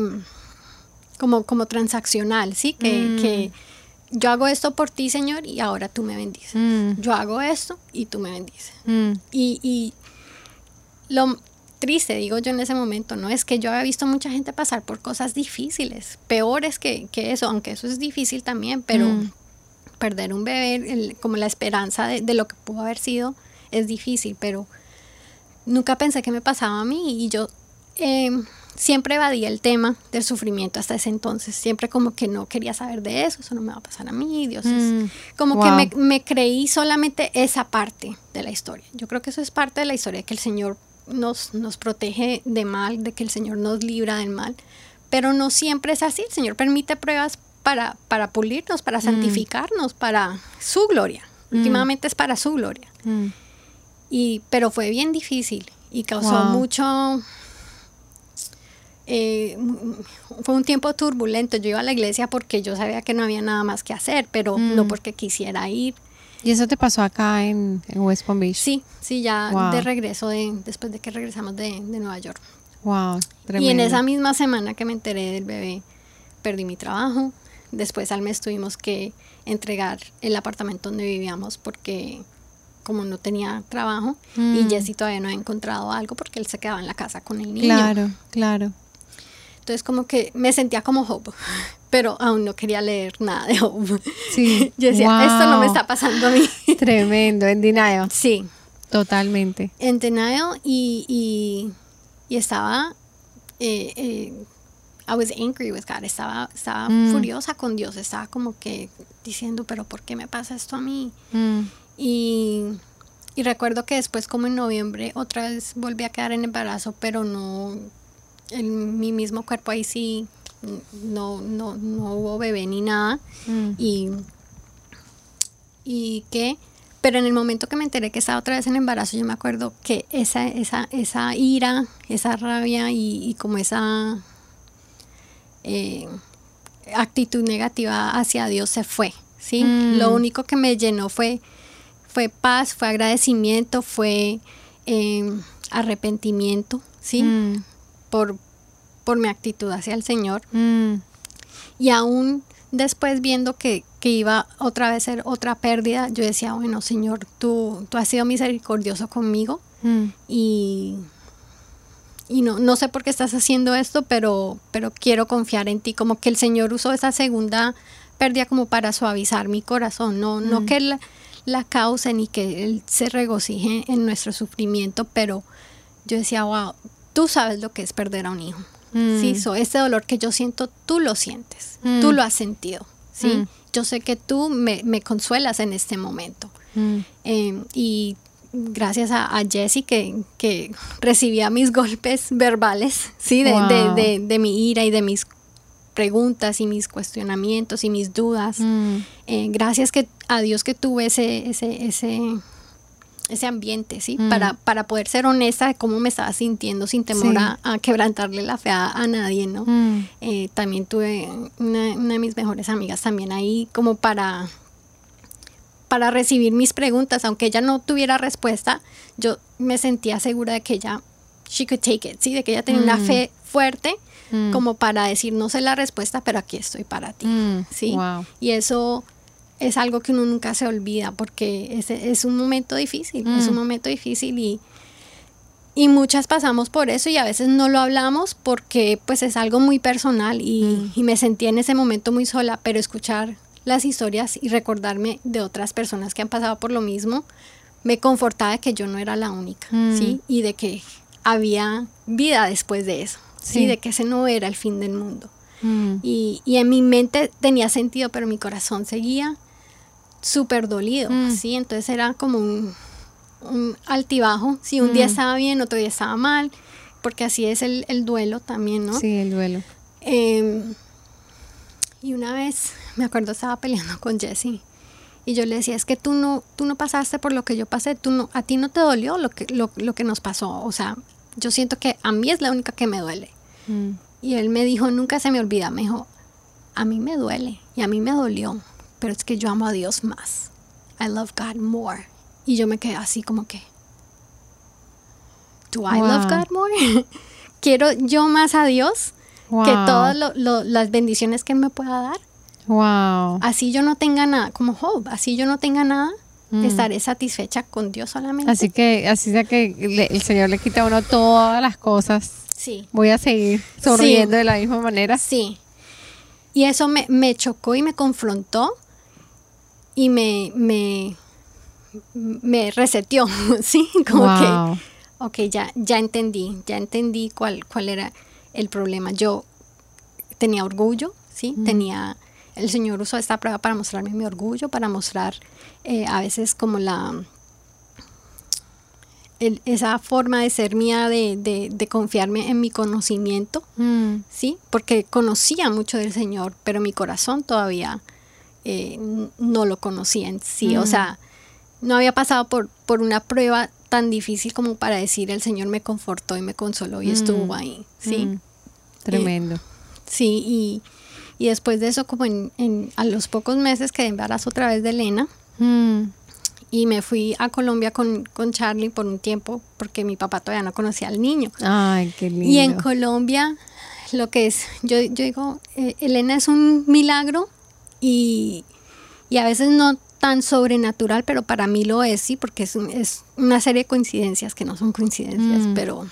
Speaker 2: como transaccional, ¿sí? Que yo hago esto por ti, Señor, y ahora tú me bendices. Yo hago esto y tú me bendices. Y lo triste, digo yo en ese momento, ¿no? Es que yo había visto mucha gente pasar por cosas difíciles, peores que eso, aunque eso es difícil también, pero perder un bebé, como la esperanza de lo que pudo haber sido, es difícil, pero nunca pensé que me pasaba a mí y yo siempre evadía el tema del sufrimiento hasta ese entonces, siempre como que no quería saber de eso no me va a pasar a mí, Dios es como que me creí solamente esa parte de la historia. Yo creo que eso es parte de la historia, que el Señor nos protege de mal, de que el Señor nos libra del mal, pero no siempre es así. El Señor permite pruebas para pulirnos, para santificarnos, para su gloria. Últimamente es para su gloria. Pero fue bien difícil y causó mucho... fue un tiempo turbulento. Yo iba a la iglesia porque yo sabía que no había nada más que hacer, pero no porque quisiera ir.
Speaker 1: ¿Y eso te pasó acá en West Palm Beach?
Speaker 2: Sí, ya de regreso, después de que regresamos de Nueva York.
Speaker 1: Wow, tremendo.
Speaker 2: Y en esa misma semana que me enteré del bebé, perdí mi trabajo. Después al mes tuvimos que entregar el apartamento donde vivíamos porque como no tenía trabajo y Jesse todavía no había encontrado algo porque él se quedaba en la casa con el niño.
Speaker 1: Claro.
Speaker 2: Entonces como que me sentía como Hope, pero aún no quería leer nada de Hope.
Speaker 1: Sí.
Speaker 2: Yo decía, esto no me está pasando a mí.
Speaker 1: Tremendo, en denial.
Speaker 2: Sí.
Speaker 1: Totalmente.
Speaker 2: En denial y estaba, I was angry with God, estaba furiosa con Dios, estaba como que diciendo, pero ¿por qué me pasa esto a mí? Y recuerdo que después como en noviembre otra vez volví a quedar en embarazo, pero no... En mi mismo cuerpo ahí sí no hubo bebé ni nada pero en el momento que me enteré que estaba otra vez en embarazo, yo me acuerdo que esa ira, esa rabia y como esa actitud negativa hacia Dios se fue, ¿sí? Lo único que me llenó fue paz, fue agradecimiento, fue arrepentimiento, ¿sí? Por mi actitud hacia el Señor. Y aún después viendo que iba otra vez a ser otra pérdida, yo decía, bueno, Señor, tú has sido misericordioso conmigo y no sé por qué estás haciendo esto, pero quiero confiar en ti. Como que el Señor usó esa segunda pérdida como para suavizar mi corazón, no que la cause ni que Él se regocije en nuestro sufrimiento, pero yo decía, wow, tú sabes lo que es perder a un hijo. Sí, ese dolor que yo siento, tú lo sientes, tú lo has sentido, ¿sí? Yo sé que tú me consuelas en este momento. Y gracias a Jessie que recibía mis golpes verbales, ¿sí? De mi ira y de mis preguntas y mis cuestionamientos y mis dudas. Gracias que a Dios que tuve ese ambiente, ¿sí? Para poder ser honesta de cómo me estaba sintiendo sin temor a quebrantarle la fe a nadie, ¿no? También tuve una de mis mejores amigas también ahí como para recibir mis preguntas, aunque ella no tuviera respuesta, yo me sentía segura de que ella, she could take it, ¿sí? De que ella tenía una fe fuerte como para decir, no sé la respuesta, pero aquí estoy para ti, ¿sí?
Speaker 1: Wow.
Speaker 2: Y eso es algo que uno nunca se olvida porque es un momento difícil, es un momento difícil y muchas pasamos por eso y a veces no lo hablamos porque pues es algo muy personal y me sentí en ese momento muy sola, pero escuchar las historias y recordarme de otras personas que han pasado por lo mismo me confortaba de que yo no era la única, ¿sí? Y de que había vida después de eso, ¿sí? De que ese no era el fin del mundo. Y en mi mente tenía sentido, pero mi corazón seguía súper dolido, ¿sí? Entonces era como un altibajo, ¿sí? Un día estaba bien, otro día estaba mal, porque así es el duelo también, ¿no?
Speaker 1: Sí, el duelo.
Speaker 2: Y una vez, me acuerdo, estaba peleando con Jessie y yo le decía, es que tú no pasaste por lo que yo pasé, a ti no te dolió lo que nos pasó, o sea, yo siento que a mí es la única que me duele. Y él me dijo, nunca se me olvida, me dijo, a mí me duele y a mí me dolió, pero es que yo amo a Dios más. I love God more. Y yo me quedé así como que, ¿do I love God more? ¿Quiero yo más a Dios que todas las bendiciones que Él me pueda dar?
Speaker 1: Wow.
Speaker 2: Así yo no tenga nada, como Job, así yo no tenga nada, estaré satisfecha con Dios solamente.
Speaker 1: Así sea que el Señor le quita a uno todas las cosas.
Speaker 2: Sí.
Speaker 1: Voy a seguir sonriendo de la misma manera.
Speaker 2: Sí. Y eso me chocó y me confrontó y me reseteó, ¿sí? Como que, ya entendí cuál era el problema. Yo tenía orgullo, ¿sí? El Señor usó esta prueba para mostrarme mi orgullo, para mostrar a veces como esa forma de ser mía, de confiarme en mi conocimiento, ¿sí? Porque conocía mucho del Señor, pero mi corazón todavía no lo conocía en sí. O sea, no había pasado por una prueba tan difícil como para decir el Señor me confortó y me consoló y estuvo ahí, ¿sí?
Speaker 1: Tremendo.
Speaker 2: Sí, y después de eso, como a los pocos meses quedé embarazo otra vez de Elena. Y me fui a Colombia con Charlie por un tiempo porque mi papá todavía no conocía al niño.
Speaker 1: Ay, qué lindo.
Speaker 2: Y en Colombia, lo que es, yo digo, Elena es un milagro y a veces no tan sobrenatural, pero para mí lo es, sí, porque es una serie de coincidencias que no son coincidencias, pero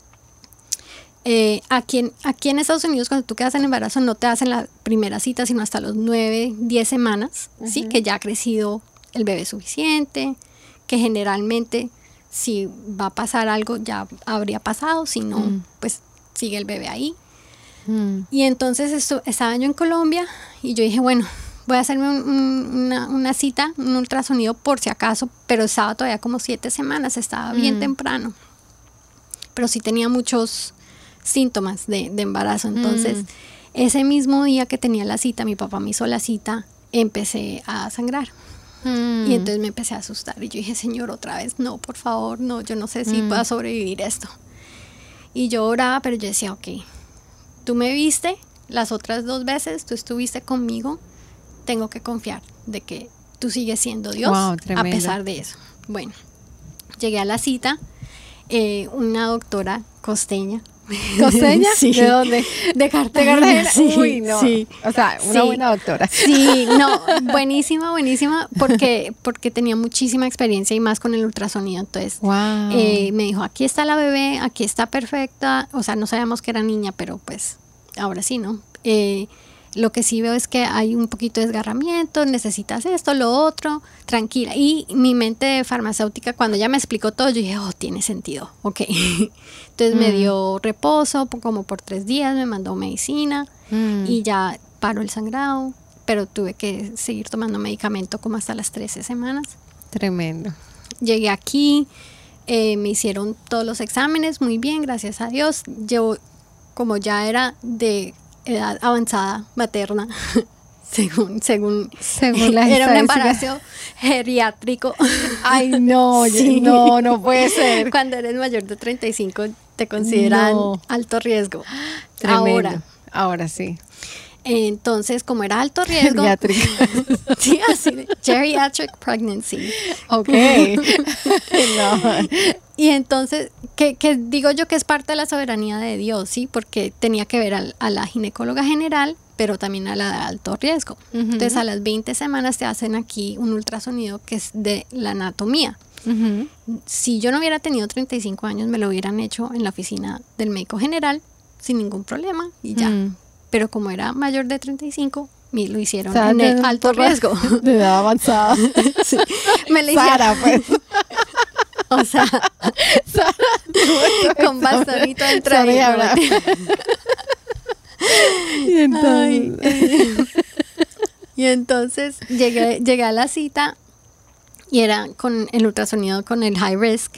Speaker 2: aquí en Estados Unidos, cuando tú quedas en embarazo, no te hacen la primera cita, sino hasta los 9, 10 semanas, ¿sí? Que ya ha crecido el bebé suficiente, que generalmente si va a pasar algo ya habría pasado, si no, pues sigue el bebé ahí. Y entonces estaba yo en Colombia y yo dije, bueno, voy a hacerme una cita, un ultrasonido por si acaso, pero estaba todavía como 7 semanas, estaba bien temprano, pero sí tenía muchos síntomas de embarazo. Entonces ese mismo día que tenía la cita, mi papá me hizo la cita, empecé a sangrar. Y entonces me empecé a asustar y yo dije, Señor, otra vez, no, por favor, no, yo no sé si pueda sobrevivir esto. Y yo oraba, pero yo decía, ok, tú me viste las otras 2 veces, tú estuviste conmigo, tengo que confiar de que tú sigues siendo Dios a pesar de eso. Bueno, llegué a la cita, una doctora costeña.
Speaker 1: ¿Costeña?
Speaker 2: Sí.
Speaker 1: ¿De dónde?
Speaker 2: De Cartagena.
Speaker 1: Sí, uy, no. Sí. O sea, una buena doctora.
Speaker 2: Sí, no, buenísima, porque tenía muchísima experiencia y más con el ultrasonido. Entonces, me dijo, aquí está la bebé, aquí está perfecta. O sea, no sabíamos que era niña, pero pues ahora sí, ¿no? Lo que sí veo es que hay un poquito de desgarramiento, necesitas esto, lo otro, tranquila. Y mi mente farmacéutica, cuando ya me explicó todo, yo dije, oh, tiene sentido, ok. Entonces me dio reposo como por 3 días, me mandó medicina y ya paró el sangrado, pero tuve que seguir tomando medicamento como hasta las 13 semanas.
Speaker 1: Tremendo.
Speaker 2: Llegué aquí, me hicieron todos los exámenes, muy bien, gracias a Dios. Yo, como ya era de edad avanzada materna, según
Speaker 1: las
Speaker 2: era un
Speaker 1: estadísticas.
Speaker 2: embarazo geriátrico.
Speaker 1: Ay, no,
Speaker 2: Sí.
Speaker 1: no puede ser.
Speaker 2: Cuando eres mayor de 35 te consideran alto riesgo.
Speaker 1: Tremendo. Ahora sí.
Speaker 2: Entonces, como era alto riesgo, sí, así de geriatric pregnancy.
Speaker 1: Ok. No.
Speaker 2: Y entonces, que digo yo que es parte de la soberanía de Dios, ¿sí? Porque tenía que ver a la ginecóloga general, pero también a la de alto riesgo. Entonces, a las 20 semanas te hacen aquí un ultrasonido que es de la anatomía. Si yo no hubiera tenido 35 años, me lo hubieran hecho en la oficina del médico general sin ningún problema y ya. Pero como era mayor de 35, me lo hicieron en el alto riesgo.
Speaker 1: De edad avanzada.
Speaker 2: Sí. Me lo hicieron.
Speaker 1: Sara, pues.
Speaker 2: O sea, con bastonito de entrada. Y entonces llegué a la cita y era con el ultrasonido con el high risk.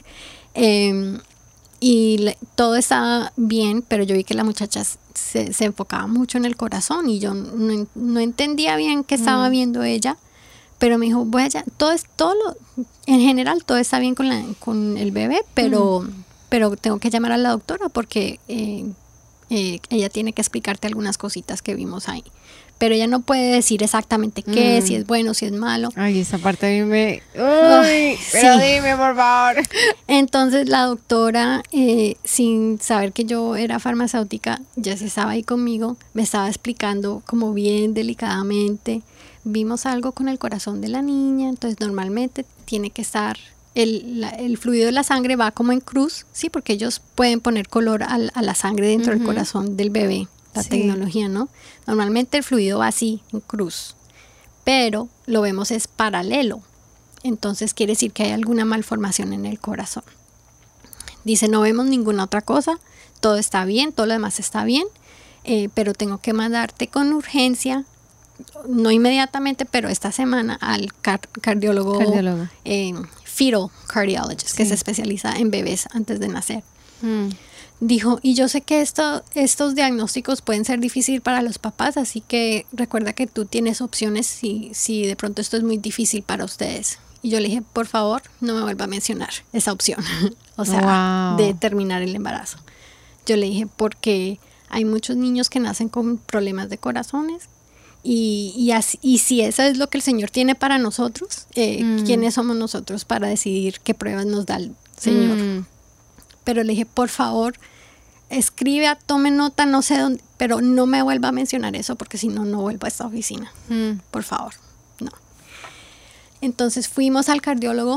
Speaker 2: Todo estaba bien, pero yo vi que la muchacha se enfocaba mucho en el corazón y yo no entendía bien qué estaba viendo ella, pero me dijo, en general todo está bien con el bebé, pero tengo que llamar a la doctora porque ella tiene que explicarte algunas cositas que vimos ahí. Pero ella no puede decir exactamente qué, si es bueno, si es malo.
Speaker 1: Ay, esa parte a mí me... Uy, pero
Speaker 2: sí.
Speaker 1: dime, por favor.
Speaker 2: Entonces la doctora, sin saber que yo era farmacéutica, ya se estaba ahí conmigo, me estaba explicando como bien delicadamente. Vimos algo con el corazón de la niña, entonces normalmente tiene que estar... El fluido de la sangre va como en cruz, sí, porque ellos pueden poner color a la sangre dentro del corazón del bebé. La tecnología, ¿no? Normalmente el fluido va así, en cruz, pero lo vemos es paralelo. Entonces quiere decir que hay alguna malformación en el corazón. Dice, no vemos ninguna otra cosa, todo está bien, todo lo demás está bien, pero tengo que mandarte con urgencia, no inmediatamente, pero esta semana al cardiólogo. Fetal cardiologist, que se especializa en bebés antes de nacer. Dijo, y yo sé que estos diagnósticos pueden ser difíciles para los papás, así que recuerda que tú tienes opciones si de pronto esto es muy difícil para ustedes. Y yo le dije, por favor, no me vuelva a mencionar esa opción, o sea, de terminar el embarazo. Yo le dije, porque hay muchos niños que nacen con problemas de corazones y si eso es lo que el Señor tiene para nosotros, ¿quiénes somos nosotros para decidir qué pruebas nos da el Señor? Pero le dije, por favor, escribe, tome nota, no sé dónde, pero no me vuelva a mencionar eso porque si no, no vuelvo a esta oficina. Por favor, no. Entonces fuimos al cardiólogo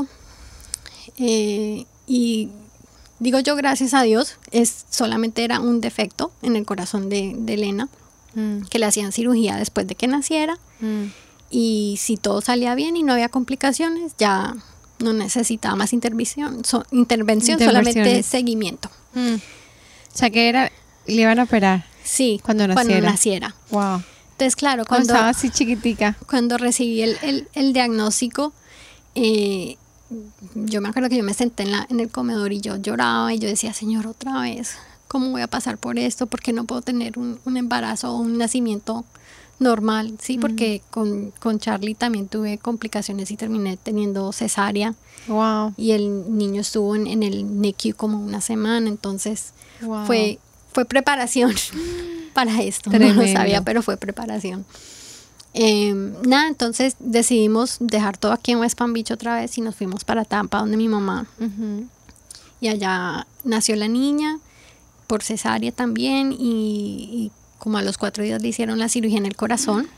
Speaker 2: y digo yo, gracias a Dios, solamente era un defecto en el corazón de Elena, que le hacían cirugía después de que naciera. Y si todo salía bien y no había complicaciones, ya no necesitaba más intervención, solamente seguimiento.
Speaker 1: O sea que le iban a operar.
Speaker 2: Sí,
Speaker 1: cuando naciera.
Speaker 2: Wow. Entonces, claro,
Speaker 1: cuando estaba así chiquitica.
Speaker 2: Cuando recibí el diagnóstico, yo me acuerdo que yo me senté en el comedor y yo lloraba y yo decía, Señor, otra vez, ¿cómo voy a pasar por esto? ¿Por qué no puedo tener un embarazo o un nacimiento normal? Sí, porque con Charlie también tuve complicaciones y terminé teniendo cesárea.
Speaker 1: Wow.
Speaker 2: Y el niño estuvo en el NICU como una semana, entonces fue preparación para esto. Tremendo. No lo sabía, pero fue preparación. Entonces decidimos dejar todo aquí en West Palm Beach otra vez y nos fuimos para Tampa, donde mi mamá. Y allá nació la niña por cesárea también y como a los 4 días le hicieron la cirugía en el corazón.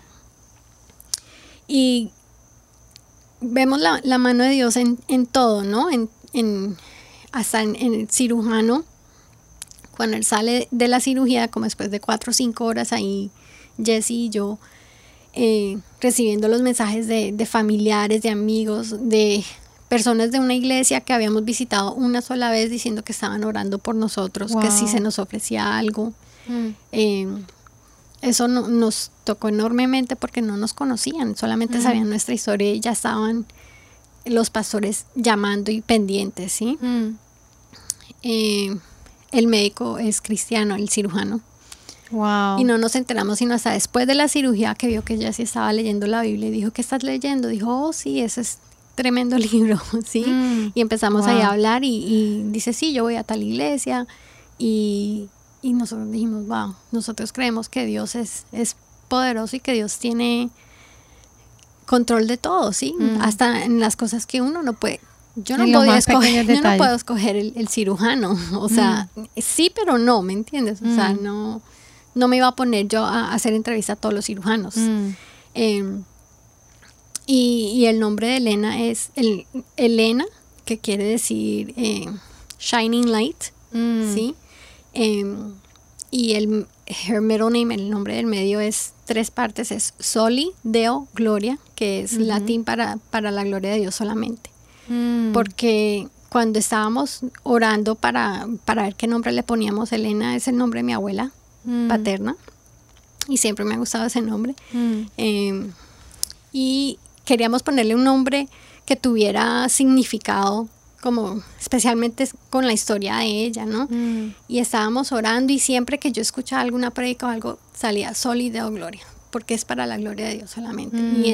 Speaker 2: Y vemos la mano de Dios en todo, ¿no? Hasta en el cirujano. Cuando él sale de la cirugía, como después de 4 o 5 horas ahí, Jesse y yo, recibiendo los mensajes de familiares, de amigos, de personas de una iglesia que habíamos visitado una sola vez diciendo que estaban orando por nosotros, que si se nos ofrecía algo. Eso nos tocó enormemente porque no nos conocían, solamente sabían nuestra historia y ya estaban los pastores llamando y pendientes, ¿sí? El médico es cristiano, el cirujano.
Speaker 1: Wow.
Speaker 2: Y no nos enteramos sino hasta después de la cirugía, que vio que Jessie estaba leyendo la Biblia y dijo, ¿qué estás leyendo? Dijo, oh sí, ese es tremendo libro, ¿sí? Y empezamos ahí a hablar y dice, sí, yo voy a tal iglesia. Y nosotros dijimos, wow, nosotros creemos que Dios es poderoso y que Dios tiene control de todo, ¿sí? Hasta en las cosas que uno no puede. Yo no puedo escoger el cirujano, o sea, sí, pero no, ¿me entiendes? O sea, no me iba a poner yo a hacer entrevista a todos los cirujanos. Y el nombre de Elena es Elena, que quiere decir Shining Light, ¿sí? Y her middle name, el nombre del medio es 3 partes, es Soli Deo Gloria, que es latín para la gloria de Dios solamente. Porque cuando estábamos orando para ver qué nombre le poníamos, Elena es el nombre de mi abuela paterna, y siempre me ha gustado ese nombre. Y queríamos ponerle un nombre que tuviera significado, como especialmente con la historia de ella, ¿no? Y estábamos orando y siempre que yo escuchaba alguna predica o algo, salía Soli Deo Gloria, porque es para la gloria de Dios solamente. Y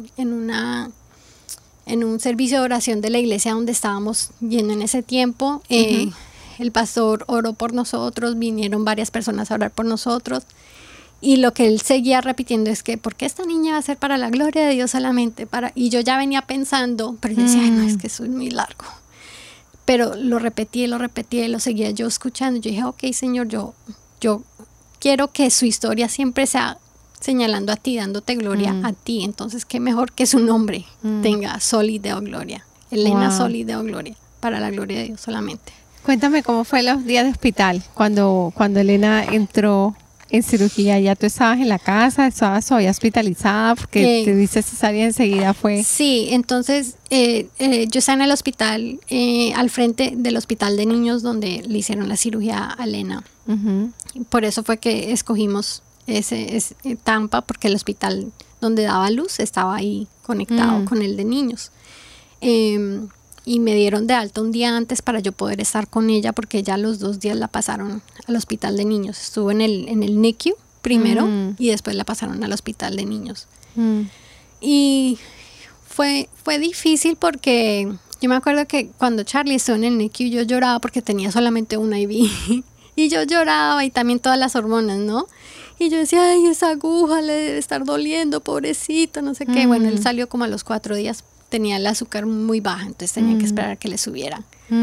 Speaker 2: en un servicio de oración de la iglesia donde estábamos yendo en ese tiempo, el pastor oró por nosotros, vinieron varias personas a orar por nosotros, y lo que él seguía repitiendo es que, ¿por qué esta niña va a ser para la gloria de Dios solamente? Y yo ya venía pensando, pero yo decía, ay, no, es que eso es muy largo. Pero lo repetí, lo seguía yo escuchando. Yo dije, ok, Señor, yo quiero que su historia siempre sea señalando a ti, dándote gloria a ti. Entonces, qué mejor que su nombre tenga Soli Deo Gloria. Elena Soli Deo Gloria, para la gloria de Dios solamente.
Speaker 1: Cuéntame cómo fue los días de hospital cuando Elena entró en cirugía. ¿Ya tú estabas en la casa? ¿Estabas todavía hospitalizada? Porque te diste cesárea enseguida fue.
Speaker 2: Sí, entonces yo estaba en el hospital, al frente del hospital de niños donde le hicieron la cirugía a Elena. Por eso fue que escogimos ese Tampa, porque el hospital donde daba luz estaba ahí conectado con el de niños. Y me dieron de alta un día antes para yo poder estar con ella, porque ya los 2 días la pasaron al hospital de niños. Estuvo en el NICU primero y después la pasaron al hospital de niños. Y fue difícil porque yo me acuerdo que cuando Charlie estuvo en el NICU yo lloraba porque tenía solamente un IV. Y yo lloraba, y también todas las hormonas, ¿no? Y yo decía, ay, esa aguja le debe estar doliendo, pobrecito, no sé qué. Bueno, él salió como a los 4 días. Tenía el azúcar muy baja, entonces tenía que esperar a que le subieran.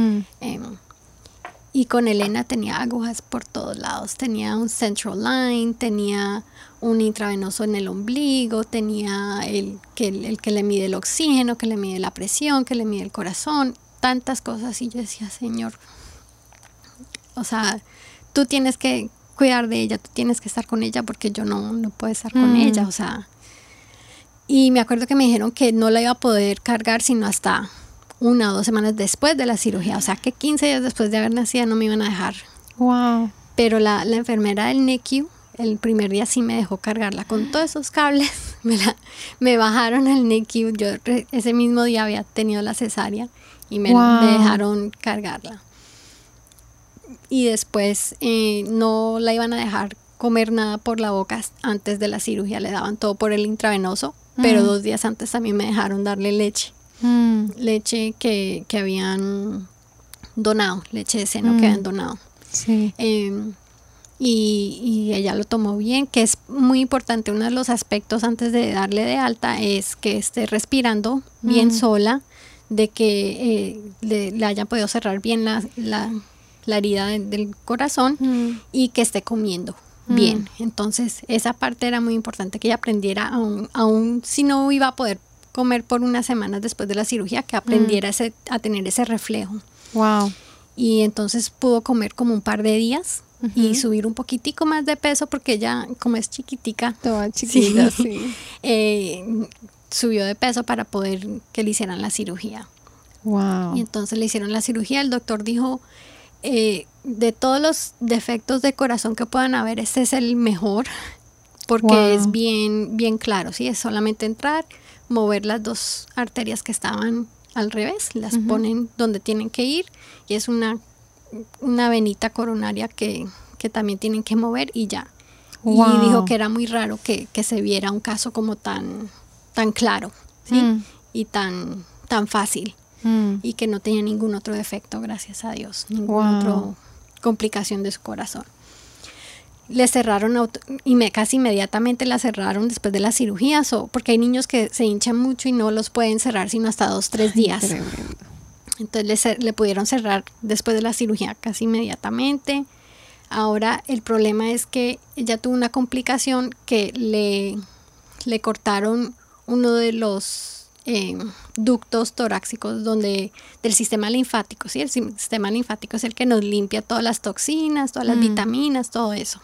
Speaker 2: Y con Elena tenía agujas por todos lados. Tenía un central line, tenía un intravenoso en el ombligo, tenía el que le mide el oxígeno, que le mide la presión, que le mide el corazón, tantas cosas. Y yo decía, Señor, o sea, tú tienes que cuidar de ella, tú tienes que estar con ella, porque yo no puedo estar con ella, o sea. Y me acuerdo que me dijeron que no la iba a poder cargar sino hasta 1 o 2 semanas después de la cirugía. O sea, que 15 días después de haber nacido no me iban a dejar.
Speaker 1: Wow.
Speaker 2: Pero la enfermera del NICU, el primer día sí me dejó cargarla con todos esos cables. Me bajaron al NICU. Yo ese mismo día había tenido la cesárea y me dejaron cargarla. Y después no la iban a dejar comer nada por la boca antes de la cirugía. Le daban todo por el intravenoso. Pero 2 días antes también me dejaron darle leche. Leche que habían donado, leche de seno que habían donado.
Speaker 1: Sí.
Speaker 2: Y ella lo tomó bien, que es muy importante. Uno de los aspectos antes de darle de alta es que esté respirando bien sola, de que le haya podido cerrar bien la herida del corazón y que esté comiendo bien. Entonces esa parte era muy importante, que ella aprendiera, aún si no iba a poder comer por unas semanas después de la cirugía, que aprendiera a tener ese reflejo.
Speaker 1: Wow.
Speaker 2: Y entonces pudo comer como un par de días y subir un poquitico más de peso, porque ella, como es chiquitica,
Speaker 1: toda chiquita, sí.
Speaker 2: Subió de peso para poder que le hicieran la cirugía.
Speaker 1: Wow.
Speaker 2: Y entonces le hicieron la cirugía. El doctor dijo, de todos los defectos de corazón que puedan haber, este es el mejor, porque es bien claro, ¿sí? Es solamente entrar, mover las 2 arterias que estaban al revés, las ponen donde tienen que ir, y es una venita coronaria que también tienen que mover, y ya.
Speaker 1: Wow.
Speaker 2: Y dijo que era muy raro que se viera un caso como tan claro, ¿sí? Y tan fácil. Y que no tenía ningún otro defecto, gracias a Dios, ninguna otra complicación de su corazón. Le cerraron casi inmediatamente la cerraron después de las cirugías, porque hay niños que se hinchan mucho y no los pueden cerrar sino hasta 2-3 días.
Speaker 1: Tremendo.
Speaker 2: Entonces le pudieron cerrar después de la cirugía casi inmediatamente. Ahora el problema es que ella tuvo una complicación que le cortaron uno de los ductos torácicos del sistema linfático, ¿sí? El sistema linfático es el que nos limpia todas las toxinas, todas las vitaminas, todo eso.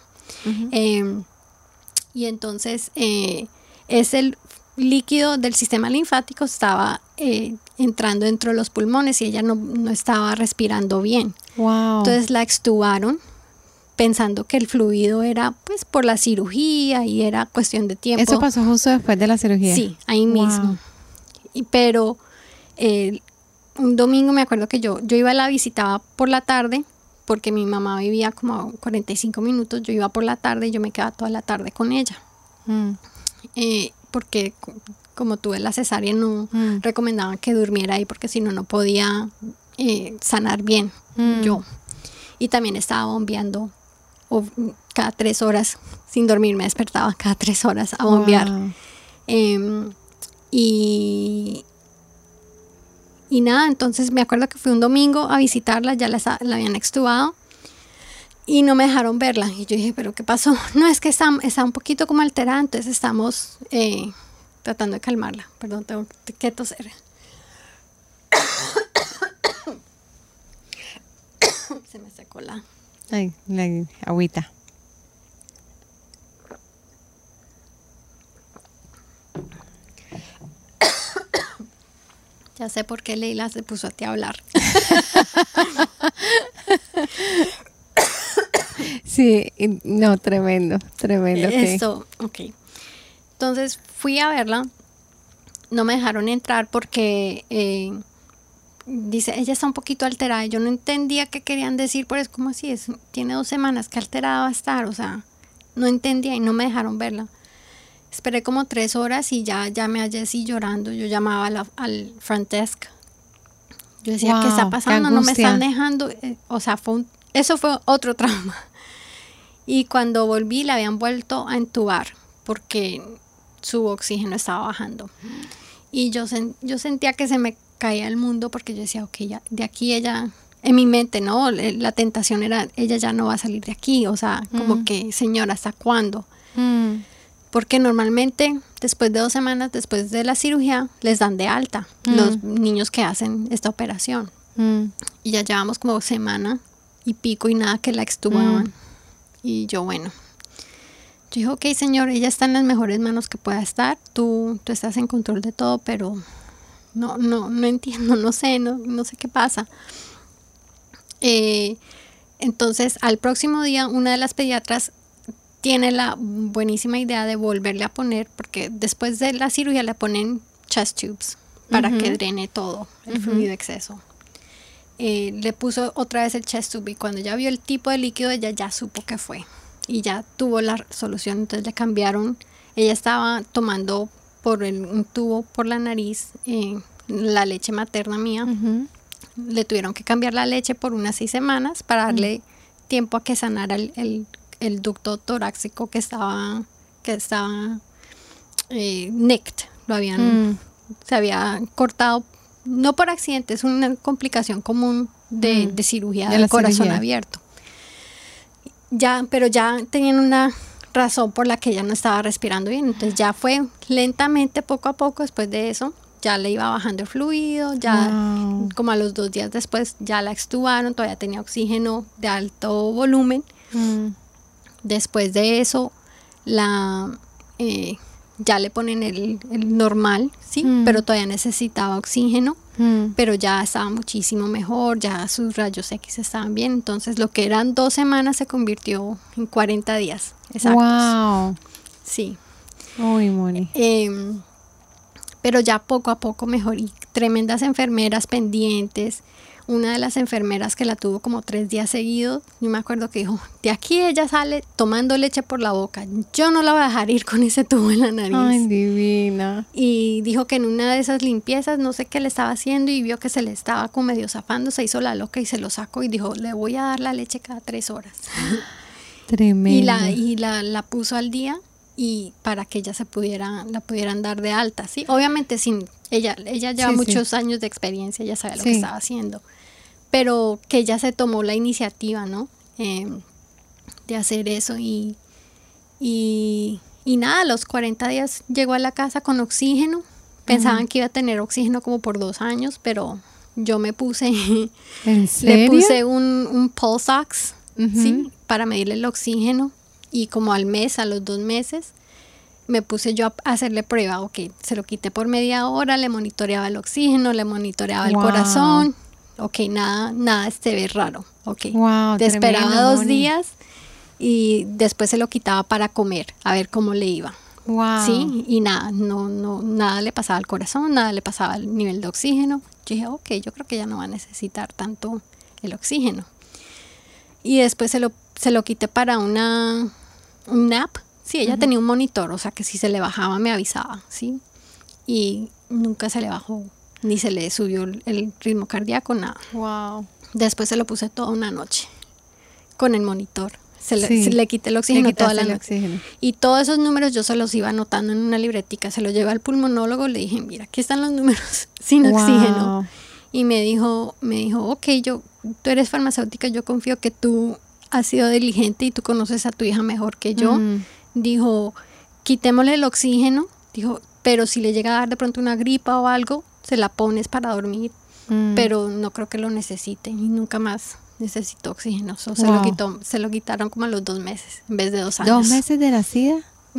Speaker 2: Y entonces es el líquido del sistema linfático estaba entrando dentro de los pulmones y ella no estaba respirando bien.
Speaker 1: Wow.
Speaker 2: Entonces la extubaron pensando que el fluido era pues por la cirugía y era cuestión de tiempo.
Speaker 1: ¿Eso pasó justo después de la cirugía?
Speaker 2: Sí, ahí mismo. Pero un domingo me acuerdo que yo iba, la visitaba por la tarde porque mi mamá vivía como a 45 minutos. Yo iba por la tarde y yo me quedaba toda la tarde con ella. Porque como tuve la cesárea no recomendaban que durmiera ahí porque si no, no podía sanar bien yo. Y también estaba bombeando cada 3 horas sin dormir, me despertaba cada 3 horas a bombear. Y nada, entonces me acuerdo que fui un domingo a visitarla, ya la habían extubado y no me dejaron verla. Y yo dije, ¿pero qué pasó? No, es que está un poquito como alterada, entonces estamos tratando de calmarla. Perdón, tengo que toser. Se me secó la
Speaker 1: agüita.
Speaker 2: Ya sé por qué Leila se puso a ti a hablar.
Speaker 1: Sí, no, tremendo.
Speaker 2: Eso, ok. Entonces fui a verla, no me dejaron entrar porque dice, ella está un poquito alterada. Yo no entendía qué querían decir, pero es como así, tiene 2 semanas, ¿qué alterada va a estar? O sea, no entendía y no me dejaron verla. Esperé como 3 horas y ya llamé a Jessie llorando. Yo llamaba al front desk. Yo decía, ¿qué está pasando? No me están dejando. O sea, eso fue otro trauma. Y cuando volví, la habían vuelto a entubar porque su oxígeno estaba bajando. Y yo sentía que se me caía el mundo porque yo decía, ok, ya, de aquí ella, en mi mente, ¿no? La tentación era, ella ya no va a salir de aquí. O sea, como que, señora, ¿hasta cuándo? Porque normalmente después de 2 semanas, después de la cirugía, les dan de alta los niños que hacen esta operación. Y ya llevamos como 1 semana y pico y nada que la extubaban. Y yo, bueno, yo dije, ok, señor, ella está en las mejores manos que pueda estar. Tú estás en control de todo, pero no entiendo, no sé qué pasa. Entonces, al próximo día, una de las pediatras tiene la buenísima idea de volverle a poner, porque después de la cirugía le ponen chest tubes para que drene todo el fluido exceso. Le puso otra vez el chest tube y cuando ya vio el tipo de líquido ella ya supo qué fue y ya tuvo la solución. Entonces le cambiaron, ella estaba tomando un tubo por la nariz la leche materna mía. Le tuvieron que cambiar la leche por unas 6 semanas para darle tiempo a que sanara el ducto torácico que estaba nicked, se había cortado, no por accidente, es una complicación común de cirugía del corazón abierto. Pero ya tenían una razón por la que ella no estaba respirando bien, entonces ya fue lentamente, poco a poco, después de eso, ya le iba bajando el fluido, como a los 2 días después ya la extubaron, todavía tenía oxígeno de alto volumen. Después de eso, ya le ponen el normal, ¿sí? Pero todavía necesitaba oxígeno, pero ya estaba muchísimo mejor, ya sus rayos X estaban bien. Entonces, lo que eran 2 semanas se convirtió en 40 días exactos.
Speaker 1: ¡Wow!
Speaker 2: Sí.
Speaker 1: Uy, Moni.
Speaker 2: Pero ya poco a poco mejor y tremendas enfermeras pendientes. una de las enfermeras que la tuvo como 3 días seguidos, yo me acuerdo que dijo, de aquí ella sale tomando leche por la boca, yo no la voy a dejar ir con ese tubo en la nariz.
Speaker 1: Ay, divina.
Speaker 2: Y dijo que en una de esas limpiezas, no sé qué le estaba haciendo y vio que se le estaba como medio zafando, se hizo la loca y se lo sacó y dijo, le voy a dar la leche cada 3 horas.
Speaker 1: Tremendo.
Speaker 2: Y la puso al día y para que ella la pudieran dar de alta, ¿sí? Obviamente ella lleva muchos años de experiencia, ella sabe lo que estaba haciendo, pero que ella se tomó la iniciativa, ¿no? De hacer eso y nada, a los 40 días llegó a la casa con oxígeno. Pensaban que iba a tener oxígeno como por 2 años, pero yo me puse,
Speaker 1: ¿En serio?
Speaker 2: le puse un pulse ox, ¿sí? Para medirle el oxígeno y como al mes, a los 2 meses, me puse yo a hacerle prueba. Ok, se lo quité por media hora, le monitoreaba el oxígeno, le monitoreaba el corazón. Ok, nada se ve raro. Ok, te esperaba 2 días y después se lo quitaba para comer, a ver cómo le iba.
Speaker 1: Wow.
Speaker 2: Sí, y nada le pasaba al corazón, nada le pasaba al nivel de oxígeno. Yo dije, ok, yo creo que ya no va a necesitar tanto el oxígeno. Y después se lo quité para un nap. Sí, ella tenía un monitor, o sea que si se le bajaba me avisaba, ¿sí? Y nunca se le bajó, ni se le subió el ritmo cardíaco, nada.
Speaker 1: Wow.
Speaker 2: Después se lo puse toda una noche con el monitor. Se le quité el oxígeno toda la noche. Y todos esos números yo se los iba anotando en una libretica. Se los llevé al pulmonólogo, le dije, mira, aquí están los números sin oxígeno. Y me dijo, ok, tú eres farmacéutica, yo confío que tú has sido diligente y tú conoces a tu hija mejor que yo. Dijo, quitémosle el oxígeno. Dijo, pero si le llega a dar de pronto una gripa o algo, se la pones para dormir. Pero no creo que lo necesite y nunca más necesitó oxígeno. Se lo quitaron como a los 2 meses en vez de 2 años.
Speaker 1: 2 meses de nacida.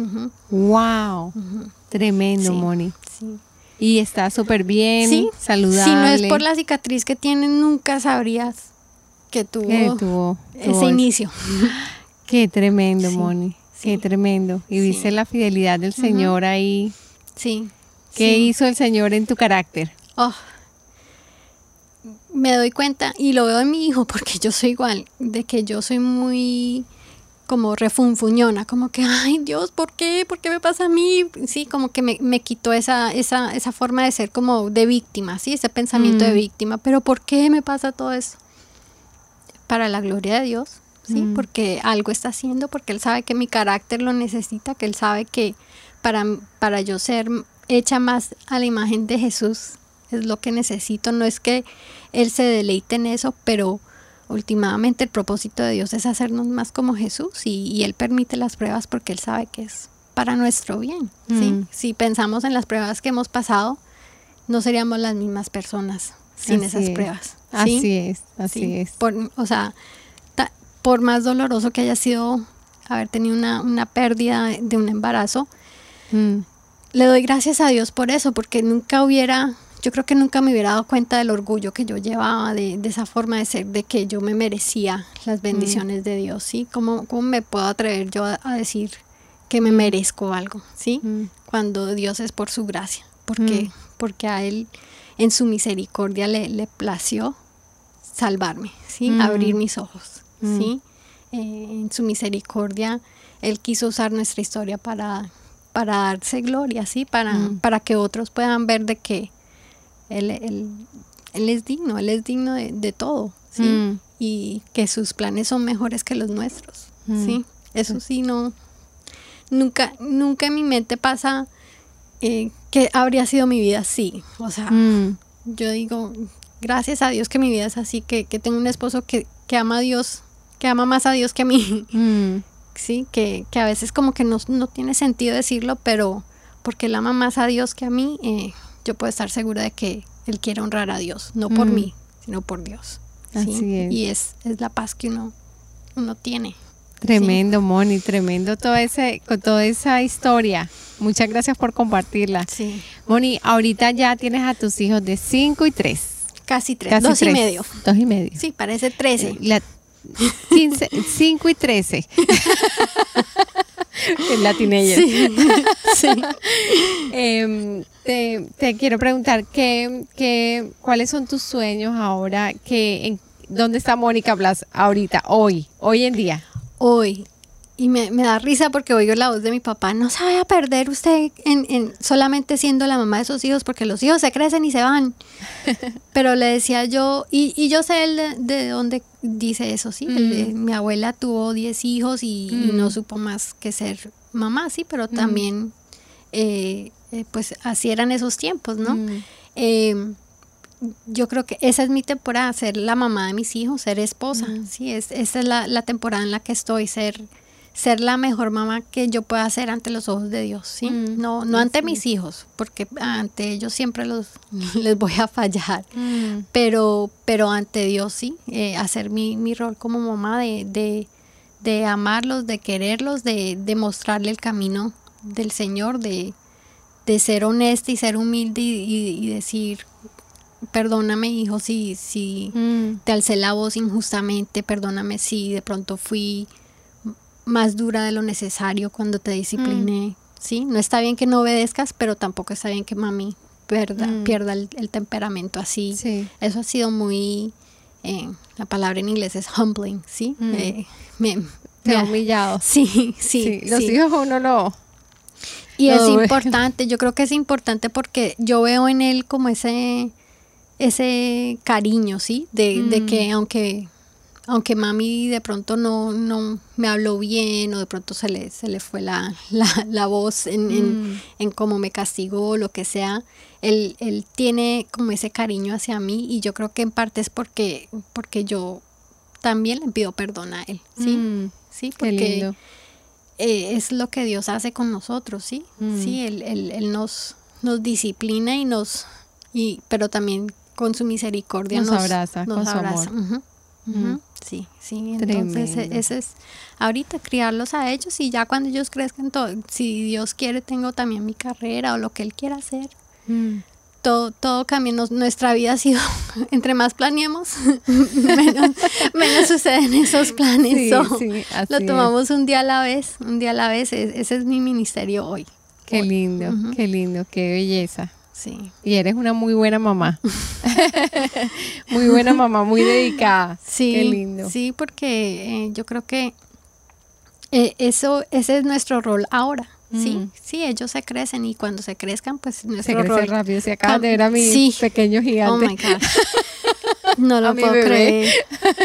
Speaker 1: Wow. Tremendo, sí, Moni.
Speaker 2: Sí.
Speaker 1: Y está súper bien, saludable.
Speaker 2: Si no es por la cicatriz que tiene, nunca sabrías que tuvo ese inicio.
Speaker 1: Qué tremendo, Moni. Qué tremendo. Y viste la fidelidad del Señor ahí.
Speaker 2: Sí.
Speaker 1: ¿Qué hizo el Señor en tu carácter?
Speaker 2: Me doy cuenta, y lo veo en mi hijo, porque yo soy igual, de que yo soy muy como refunfuñona, como que, ay Dios, ¿por qué? ¿Por qué me pasa a mí? Sí, como que me quitó esa forma de ser como de víctima, sí, ese pensamiento de víctima, pero ¿por qué me pasa todo eso? Para la gloria de Dios, sí, porque algo está haciendo, porque Él sabe que mi carácter lo necesita, que Él sabe que para yo ser hecha más a la imagen de Jesús, es lo que necesito. No es que Él se deleite en eso, pero últimamente el propósito de Dios es hacernos más como Jesús y Él permite las pruebas porque Él sabe que es para nuestro bien. ¿Sí? Si pensamos en las pruebas que hemos pasado, no seríamos las mismas personas sin esas pruebas. ¿Sí?
Speaker 1: Así es.
Speaker 2: Por más doloroso que haya sido haber tenido una pérdida de un embarazo, le doy gracias a Dios por eso, porque yo creo que nunca me hubiera dado cuenta del orgullo que yo llevaba, de esa forma de ser, de que yo me merecía las bendiciones de Dios, ¿sí? ¿Cómo me puedo atrever yo a decir que me merezco algo, ¿sí? Cuando Dios es por su gracia, porque a Él en su misericordia le plació salvarme, ¿sí? Abrir mis ojos, ¿sí? En su misericordia Él quiso usar nuestra historia para darse gloria, ¿sí? Para que otros puedan ver de que Él es digno, Él es digno de todo, ¿sí? Y que sus planes son mejores que los nuestros, ¿sí? Eso sí, nunca en mi mente pasa que habría sido mi vida así. O sea, yo digo, gracias a Dios que mi vida es así, que tengo un esposo que ama a Dios, que ama más a Dios que a mí. Sí, que a veces como que no tiene sentido decirlo, pero porque Él ama más a Dios que a mí, yo puedo estar segura de que Él quiere honrar a Dios, no por mí, sino por Dios. ¿sí?
Speaker 1: Así es.
Speaker 2: Y es la paz que uno tiene.
Speaker 1: Tremendo, ¿sí? Moni, tremendo con toda esa historia. Muchas gracias por compartirla.
Speaker 2: Sí.
Speaker 1: Moni, ahorita ya tienes a tus hijos de 5 y 3.
Speaker 2: Casi 3, 2 y medio.
Speaker 1: 2 y medio.
Speaker 2: Sí, parece 13.
Speaker 1: 5 y 13. Es la teenager.
Speaker 2: Sí. Sí.
Speaker 1: Te quiero preguntar, ¿cuáles son tus sueños ahora? ¿Dónde está Mónica Blas ahorita, hoy en día?
Speaker 2: Hoy. Y me da risa porque oigo la voz de mi papá, no se vaya a perder usted en solamente siendo la mamá de sus hijos, porque los hijos se crecen y se van. Pero le decía yo, y yo sé de dónde dice eso, ¿sí? Mi abuela tuvo 10 hijos y no supo más que ser mamá, sí, pero también, pues así eran esos tiempos, ¿no? Yo creo que esa es mi temporada, ser la mamá de mis hijos, ser esposa, ¿sí? Esa es la temporada en la que estoy, ser la mejor mamá que yo pueda ser ante los ojos de Dios, ¿sí? No ante mis hijos, porque ante ellos siempre les voy a fallar, pero ante Dios, sí, hacer mi rol como mamá de amarlos, de quererlos, de mostrarle el camino del Señor, de ser honesta y ser humilde y decir, perdóname, hijo, si te alcé la voz injustamente, perdóname si de pronto fui más dura de lo necesario cuando te discipliné, ¿sí? No está bien que no obedezcas, pero tampoco está bien que mami pierda el temperamento así. Sí. Eso ha sido muy, la palabra en inglés es humbling, ¿sí?
Speaker 1: Te ha humillado.
Speaker 2: Sí.
Speaker 1: Los hijos uno lo...
Speaker 2: Y es importante, yo creo que es importante porque yo veo en él como ese cariño, ¿sí? De que aunque mami de pronto no me habló bien o de pronto se le fue la voz en cómo me castigó o lo que sea, él tiene como ese cariño hacia mí y yo creo que en parte es porque yo también le pido perdón a él, ¿sí? Sí, porque es lo que Dios hace con nosotros, ¿sí? Sí, él nos disciplina pero también con su misericordia
Speaker 1: nos abraza con su amor.
Speaker 2: Sí, entonces ese es ahorita criarlos a ellos y ya cuando ellos crezcan, si Dios quiere tengo también mi carrera o lo que Él quiera hacer, todo cambia. Nuestra vida ha sido, entre más planeemos, menos suceden esos planes. Lo tomamos un día a la vez, ese es mi ministerio hoy.
Speaker 1: Qué lindo, qué belleza.
Speaker 2: Sí.
Speaker 1: Y eres una muy buena mamá. Muy buena mamá, muy dedicada.
Speaker 2: Sí,
Speaker 1: qué lindo.
Speaker 2: Sí, porque yo creo que ese es nuestro rol ahora. Sí, ellos se crecen y cuando se crezcan, pues nuestro rol...
Speaker 1: Se crece rápido. Si acabas de ver a mi pequeño gigante.
Speaker 2: Oh my God. No lo puedo creer.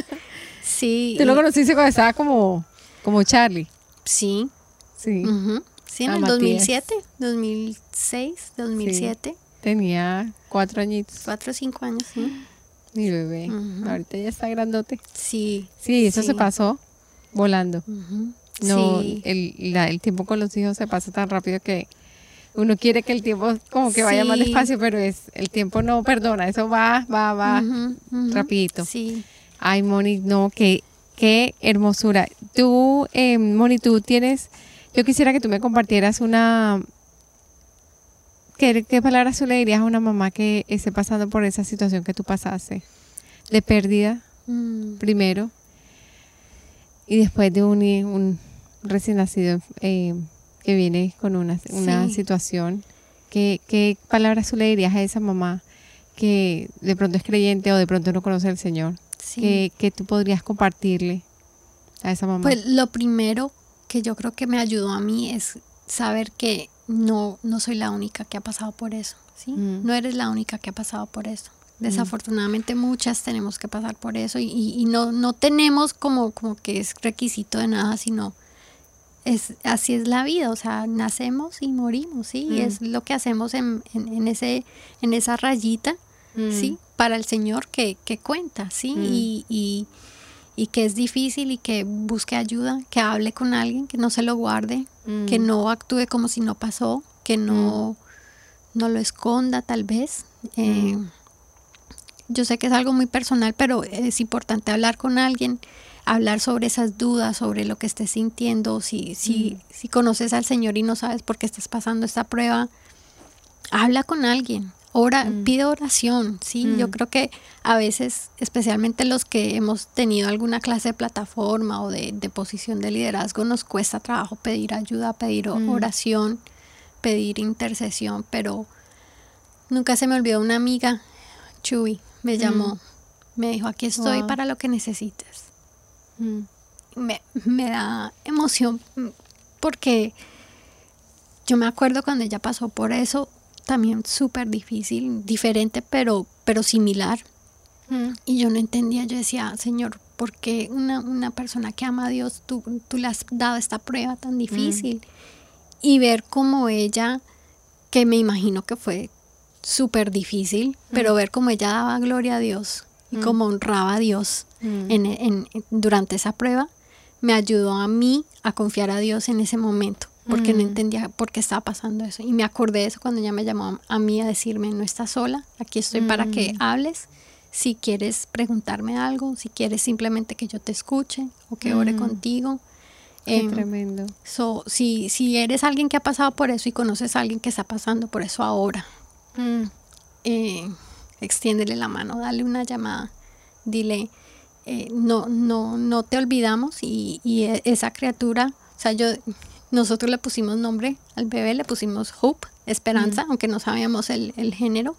Speaker 2: Sí.
Speaker 1: ¿Tú lo conociste cuando estaba como Charlie?
Speaker 2: Sí.
Speaker 1: Sí.
Speaker 2: Sí, en el 2007, 2006, 2007.
Speaker 1: Sí. Tenía 4 añitos.
Speaker 2: 4 o 5 años, sí.
Speaker 1: Mi bebé. Ahorita ya está grandote.
Speaker 2: Sí.
Speaker 1: Sí, eso se pasó volando. No, el tiempo con los hijos se pasa tan rápido que uno quiere que el tiempo como que vaya más despacio, pero el tiempo no perdona, eso va rapidito.
Speaker 2: Sí.
Speaker 1: Ay, Moni, no, qué hermosura. Tú, Moni, yo quisiera que tú me compartieras ¿qué palabras tú le dirías a una mamá que esté pasando por esa situación que tú pasaste? De pérdida, primero, y después de un recién nacido que viene con una situación. ¿Qué palabras tú le dirías a esa mamá que de pronto es creyente o de pronto no conoce al Señor? Sí. ¿Qué tú podrías compartirle a esa mamá?
Speaker 2: Pues lo primero que yo creo que me ayudó a mí es saber que no soy la única que ha pasado por eso, ¿sí? No eres la única que ha pasado por eso. Desafortunadamente muchas tenemos que pasar por eso y no tenemos como que es requisito de nada, sino así es la vida, o sea, nacemos y morimos, ¿sí? Y es lo que hacemos en esa rayita, ¿sí? Para el Señor que cuenta, ¿sí? Y que es difícil y que busque ayuda, que hable con alguien, que no se lo guarde, que no actúe como si no pasó, que no lo esconda tal vez. Yo sé que es algo muy personal, pero es importante hablar con alguien, hablar sobre esas dudas, sobre lo que estés sintiendo. Si conoces al Señor y no sabes por qué estás pasando esta prueba, habla con alguien. Pide oración, ¿sí? Yo creo que a veces, especialmente los que hemos tenido alguna clase de plataforma o de posición de liderazgo, nos cuesta trabajo pedir ayuda, pedir oración, pedir intercesión, pero Nunca se me olvidó una amiga, Chuy, me llamó, me dijo, aquí estoy para lo que necesites. Me da emoción porque yo me acuerdo cuando ella pasó por eso, también súper difícil, diferente, pero similar. Y yo no entendía, yo decía, Señor, ¿por qué una persona que ama a Dios, tú le has dado esta prueba tan difícil? Y ver cómo ella, que me imagino que fue súper difícil, pero ver cómo ella daba gloria a Dios y cómo honraba a Dios durante esa prueba, me ayudó a mí a confiar a Dios en ese momento, porque no entendía por qué estaba pasando eso. Y me acordé de eso cuando ella me llamó a mí a decirme, no estás sola, aquí estoy para que hables. Si quieres preguntarme algo, si quieres simplemente que yo te escuche o que ore contigo.
Speaker 1: Qué tremendo.
Speaker 2: Si eres alguien que ha pasado por eso y conoces a alguien que está pasando por eso ahora, extiéndele la mano, dale una llamada, dile, no te olvidamos y esa criatura, o sea, nosotros le pusimos nombre al bebé, le pusimos Hope, esperanza, aunque no sabíamos el género.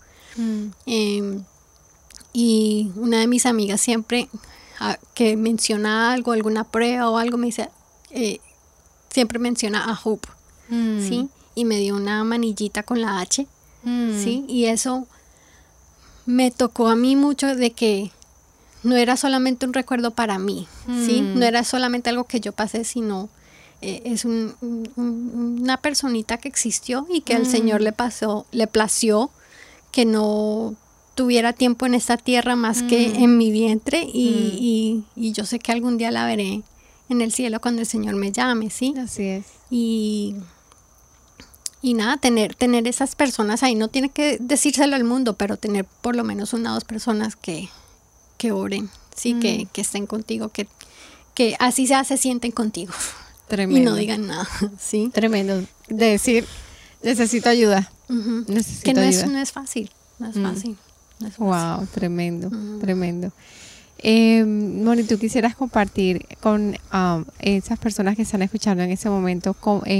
Speaker 2: Y una de mis amigas siempre que menciona algo, alguna prueba o algo, me dice, siempre menciona a Hope, ¿sí? Y me dio una manillita con la H, ¿sí? Y eso me tocó a mí mucho de que no era solamente un recuerdo para mí, ¿sí? No era solamente algo que yo pasé, sino es una personita que existió y que al Señor le plació que no tuviera tiempo en esta tierra más que en mi vientre y yo sé que algún día la veré en el cielo cuando el Señor me llame, ¿sí?
Speaker 1: Así es.
Speaker 2: Y nada, tener esas personas ahí, no tiene que decírselo al mundo, pero tener por lo menos una o dos personas que oren, ¿sí? Que estén contigo, que así se sienten contigo.
Speaker 1: Tremendo.
Speaker 2: Y no digan nada, ¿sí?
Speaker 1: Tremendo. De decir, necesito ayuda. Necesito
Speaker 2: que
Speaker 1: ayuda.
Speaker 2: No es fácil, no es fácil.
Speaker 1: Wow, tremendo, tremendo. Moni, ¿tú quisieras compartir con esas personas que están escuchando en ese momento,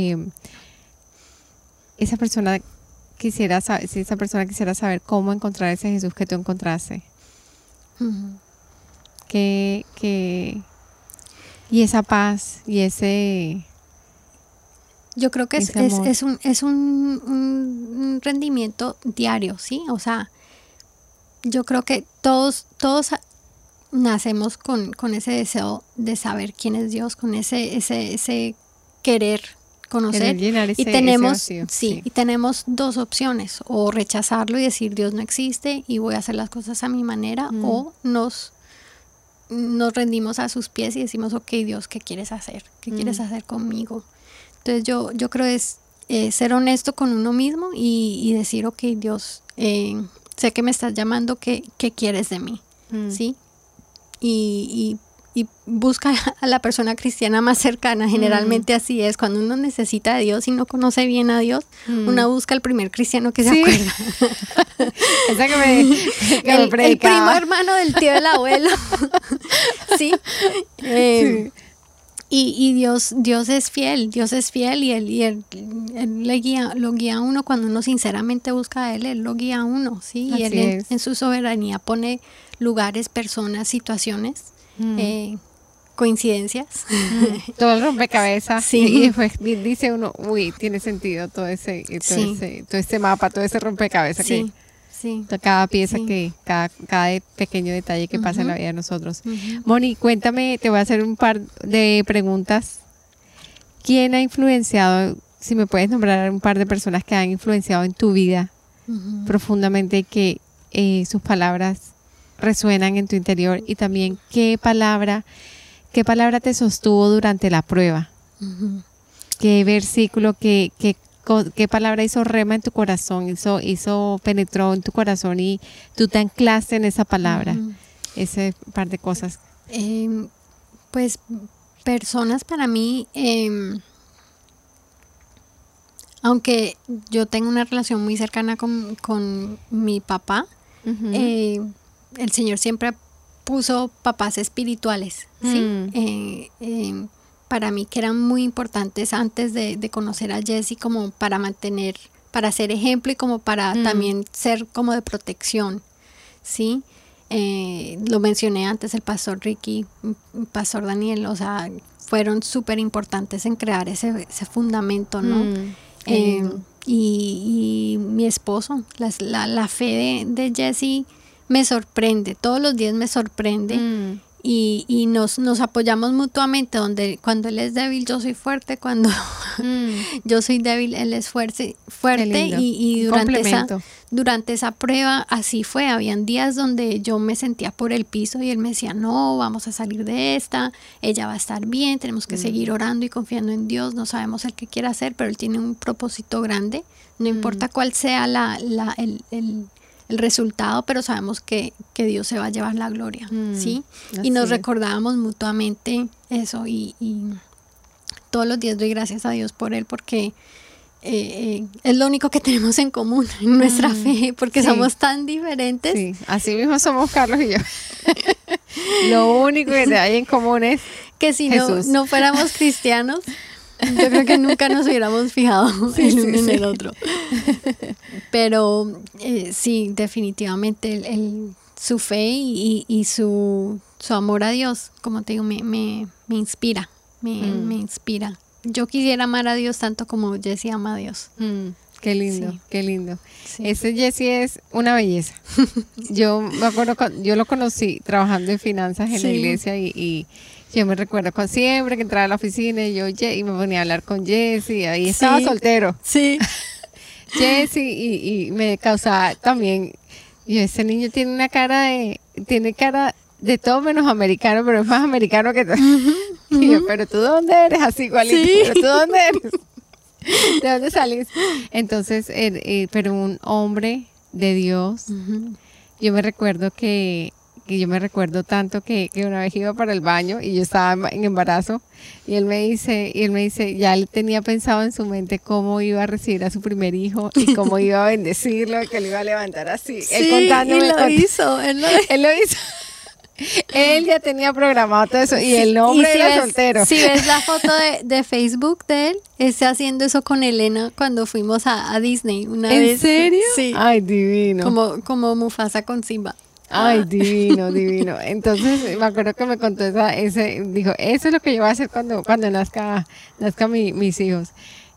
Speaker 1: esa persona quisiera saber cómo encontrar ese Jesús que tú encontraste? Y esa paz y ese...
Speaker 2: Yo creo que es un rendimiento diario, ¿sí? O sea, yo creo que todos nacemos con ese deseo de saber quién es Dios, con ese querer conocer.
Speaker 1: Llenar ese vacío,
Speaker 2: sí, y tenemos dos opciones, o rechazarlo y decir Dios no existe y voy a hacer las cosas a mi manera, o nos rendimos a sus pies y decimos, ok, Dios, ¿qué quieres hacer? ¿Qué quieres hacer conmigo? Entonces yo creo es ser honesto con uno mismo y decir, ok, Dios, sé que me estás llamando, ¿qué quieres de mí? ¿Sí? Y busca a la persona cristiana más cercana, generalmente así es, cuando uno necesita de Dios y no conoce bien a Dios, uno busca al primer cristiano que se acuerda.
Speaker 1: Esa que me
Speaker 2: el primo hermano del tío del abuelo. ¿Sí?
Speaker 1: Sí.
Speaker 2: Y Dios es fiel y él lo guía a uno cuando uno sinceramente busca a él lo guía a uno, ¿sí? Y él en su soberanía pone lugares, personas, situaciones, coincidencias.
Speaker 1: Todo el rompecabezas.
Speaker 2: Sí.
Speaker 1: Y después dice uno, uy, tiene sentido todo ese mapa, todo ese rompecabezas
Speaker 2: sí.
Speaker 1: Cada pieza cada pequeño detalle que pasa en la vida de nosotros. Moni, cuéntame, te voy a hacer un par de preguntas. ¿Quién ha influenciado, si me puedes nombrar un par de personas que han influenciado en tu vida profundamente, que sus palabras resuenan en tu interior, y también qué palabra te sostuvo durante la prueba? ¿Qué versículo, qué palabra hizo rema en tu corazón, penetró en tu corazón y tú te anclaste en esa palabra? Ese par de cosas.
Speaker 2: Pues personas para mí, aunque yo tengo una relación muy cercana con mi papá, el Señor siempre puso papás espirituales, ¿sí? Para mí, que eran muy importantes antes de conocer a Jessie, como para mantener ser ejemplo y como para también ser como de protección, ¿sí? Lo mencioné antes, el pastor Ricky, el pastor Daniel, o sea, fueron súper importantes en crear ese fundamento, ¿no? Y mi esposo, la fe de Jesse me sorprende, todos los días me sorprende. Y nos apoyamos mutuamente, donde cuando él es débil yo soy fuerte, cuando yo soy débil él es fuerte y durante esa prueba así fue. Habían días donde yo me sentía por el piso y él me decía, no, vamos a salir de esta, ella va a estar bien, tenemos que seguir orando y confiando en Dios, no sabemos el que quiera hacer, pero él tiene un propósito grande, no importa cuál sea el resultado, pero sabemos que Dios se va a llevar la gloria, ¿sí? Y nos recordábamos mutuamente eso y todos los días doy gracias a Dios por él porque es lo único que tenemos en común en nuestra fe, porque somos tan diferentes.
Speaker 1: Sí, así mismo somos Carlos y yo. Lo único que hay en común es
Speaker 2: que si no fuéramos cristianos, yo creo que nunca nos hubiéramos fijado el uno en el otro. Pero sí, definitivamente su fe y su amor a Dios, como te digo, me inspira, me inspira. Yo quisiera amar a Dios tanto como Jesse ama a Dios.
Speaker 1: Qué lindo, qué lindo. Sí. Ese Jesse es una belleza. Yo me acuerdo yo lo conocí trabajando en finanzas en la iglesia y yo me recuerdo siempre que entraba a la oficina y me ponía a hablar con Jesse, ahí estaba soltero.
Speaker 2: Sí.
Speaker 1: Jesse y me causaba también, ese niño tiene cara de todo menos americano, pero es más americano que todo. Y yo, pero tú ¿dónde eres? Así igualito, pero tú ¿dónde eres? ¿De dónde salís? Entonces, pero un hombre de Dios, yo me recuerdo tanto que una vez iba para el baño y yo estaba en embarazo y él me dice, ya él tenía pensado en su mente cómo iba a recibir a su primer hijo y cómo iba a bendecirlo y que lo iba a levantar así.
Speaker 2: Sí, él contándome. Él lo hizo.
Speaker 1: Él ya tenía programado todo eso y el nombre era soltero.
Speaker 2: Si ves la foto de Facebook de él, está haciendo eso con Elena cuando fuimos a Disney una vez.
Speaker 1: ¿En serio?
Speaker 2: Sí.
Speaker 1: Ay, divino.
Speaker 2: Como Mufasa con Simba.
Speaker 1: Ay, divino, divino. Entonces me acuerdo que me contó dijo, eso es lo que yo voy a hacer cuando nazca mis hijos.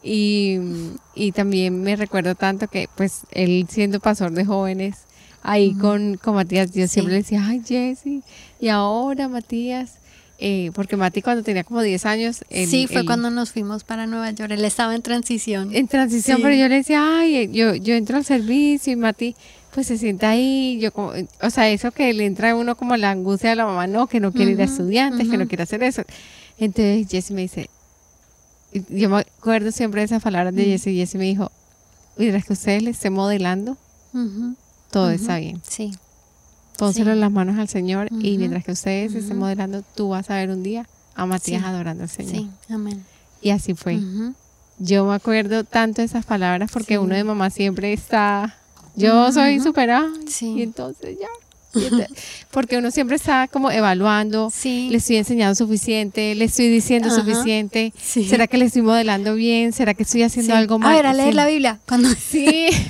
Speaker 1: Y también me recuerdo tanto que pues él siendo pastor de jóvenes, ahí con Matías, yo siempre le decía, ay Jesse, y ahora Matías, porque Mati cuando tenía como 10 años.
Speaker 2: Fue cuando nos fuimos para Nueva York, él estaba en transición.
Speaker 1: Pero yo le decía, ay, yo entro al servicio y Mati pues se sienta ahí, o sea, eso que le entra a uno como la angustia de la mamá, no, que no quiere ir a estudiantes, que no quiere hacer eso. Entonces Jesse me dice, yo me acuerdo siempre de esas palabras de Jesse, y Jesse me dijo, mientras que ustedes le estén modelando, todo está bien.
Speaker 2: Sí.
Speaker 1: Pónselo en las manos al Señor y mientras que ustedes estén modelando, tú vas a ver un día a Matías adorando al Señor.
Speaker 2: Sí, amén.
Speaker 1: Y así fue. Yo me acuerdo tanto de esas palabras porque uno de mamá siempre está... Yo soy superada y entonces porque uno siempre está como evaluando, le estoy enseñando suficiente, le estoy diciendo suficiente, ¿será que le estoy modelando bien? ¿Será que estoy haciendo algo mal?
Speaker 2: A ver, a leer la Biblia. Cuando sientes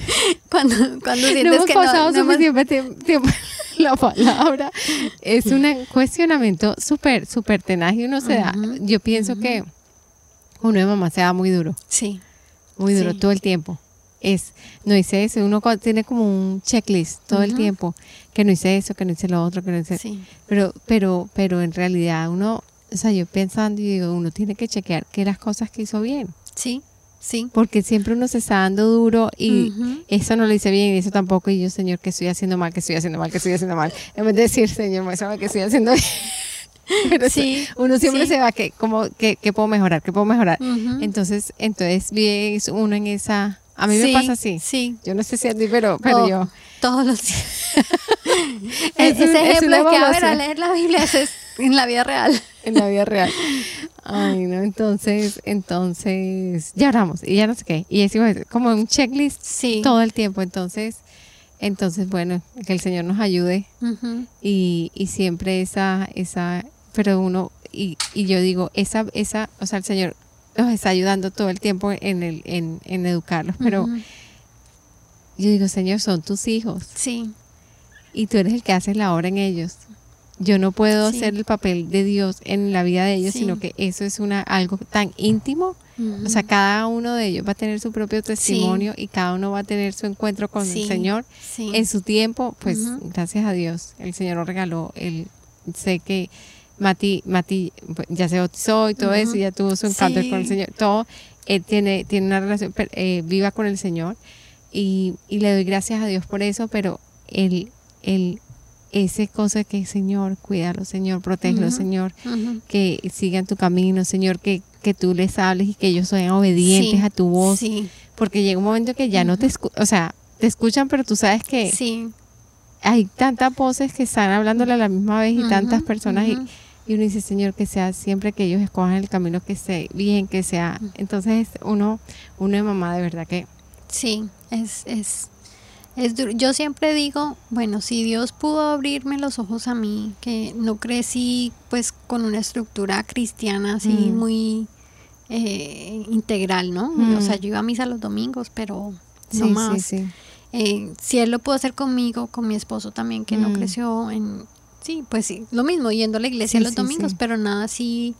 Speaker 1: que no pasado suficiente tiempo la palabra. Es un cuestionamiento súper tenaz y uno se da, yo pienso que uno de mamá se da muy duro.
Speaker 2: Sí.
Speaker 1: Muy duro todo el tiempo. No hice eso, uno tiene como un checklist todo el tiempo, que no hice eso, que no hice lo otro, que no hice pero en realidad uno, o sea, yo pensando y digo, uno tiene que chequear que las cosas que hizo bien.
Speaker 2: Sí.
Speaker 1: Porque siempre uno se está dando duro y eso no lo hice bien y eso tampoco, y yo, Señor, que estoy haciendo mal, que estoy haciendo mal, que estoy haciendo mal, en vez de decir, Señor, muéstrame que estoy haciendo bien. Pero uno siempre se va que puedo mejorar, entonces vive uno en esa. A mí me pasa así.
Speaker 2: Sí.
Speaker 1: Yo no sé si a ti, pero yo.
Speaker 2: Todos los días. Ese ejemplo es que, a leer la Biblia es en la vida real.
Speaker 1: En la vida real. Ay, no, entonces, ya oramos y ya no sé qué. Y decimos como un checklist todo el tiempo. Entonces, bueno, que el Señor nos ayude. Y siempre pero uno, y yo digo, o sea, el Señor nos está ayudando todo el tiempo en educarlos, pero yo digo, Señor, son tus hijos.
Speaker 2: Sí.
Speaker 1: Y tú eres el que haces la obra en ellos. Yo no puedo hacer el papel de Dios en la vida de ellos, sino que eso es algo tan íntimo. O sea, cada uno de ellos va a tener su propio testimonio y cada uno va a tener su encuentro con el Señor en su tiempo. Pues gracias a Dios, el Señor nos regaló. Sé que Mati ya se bautizó y todo eso, y ya tuvo su encuentro con el Señor. Todo, él tiene una relación viva con el Señor y le doy gracias a Dios por eso, pero ese cosa que, Señor, cuídalo, Señor, protégelo, Señor, que sigan tu camino, Señor, que tú les hables y que ellos sean obedientes a tu voz, porque llega un momento que ya no te escuchan, o sea, te escuchan, pero tú sabes que hay tantas voces que están hablándole a la misma vez y tantas personas y uno dice, Señor, que sea siempre que ellos escojan el camino que esté bien, que sea, entonces uno de mamá de verdad que...
Speaker 2: Sí, es duro. Yo siempre digo, bueno, si Dios pudo abrirme los ojos a mí, que no crecí pues con una estructura cristiana así muy integral, ¿no? O sea, yo iba a misa los domingos, pero no más. Si Él lo pudo hacer conmigo, con mi esposo también, que no creció en... Sí, pues sí, lo mismo, yendo a la iglesia los domingos, pero nada así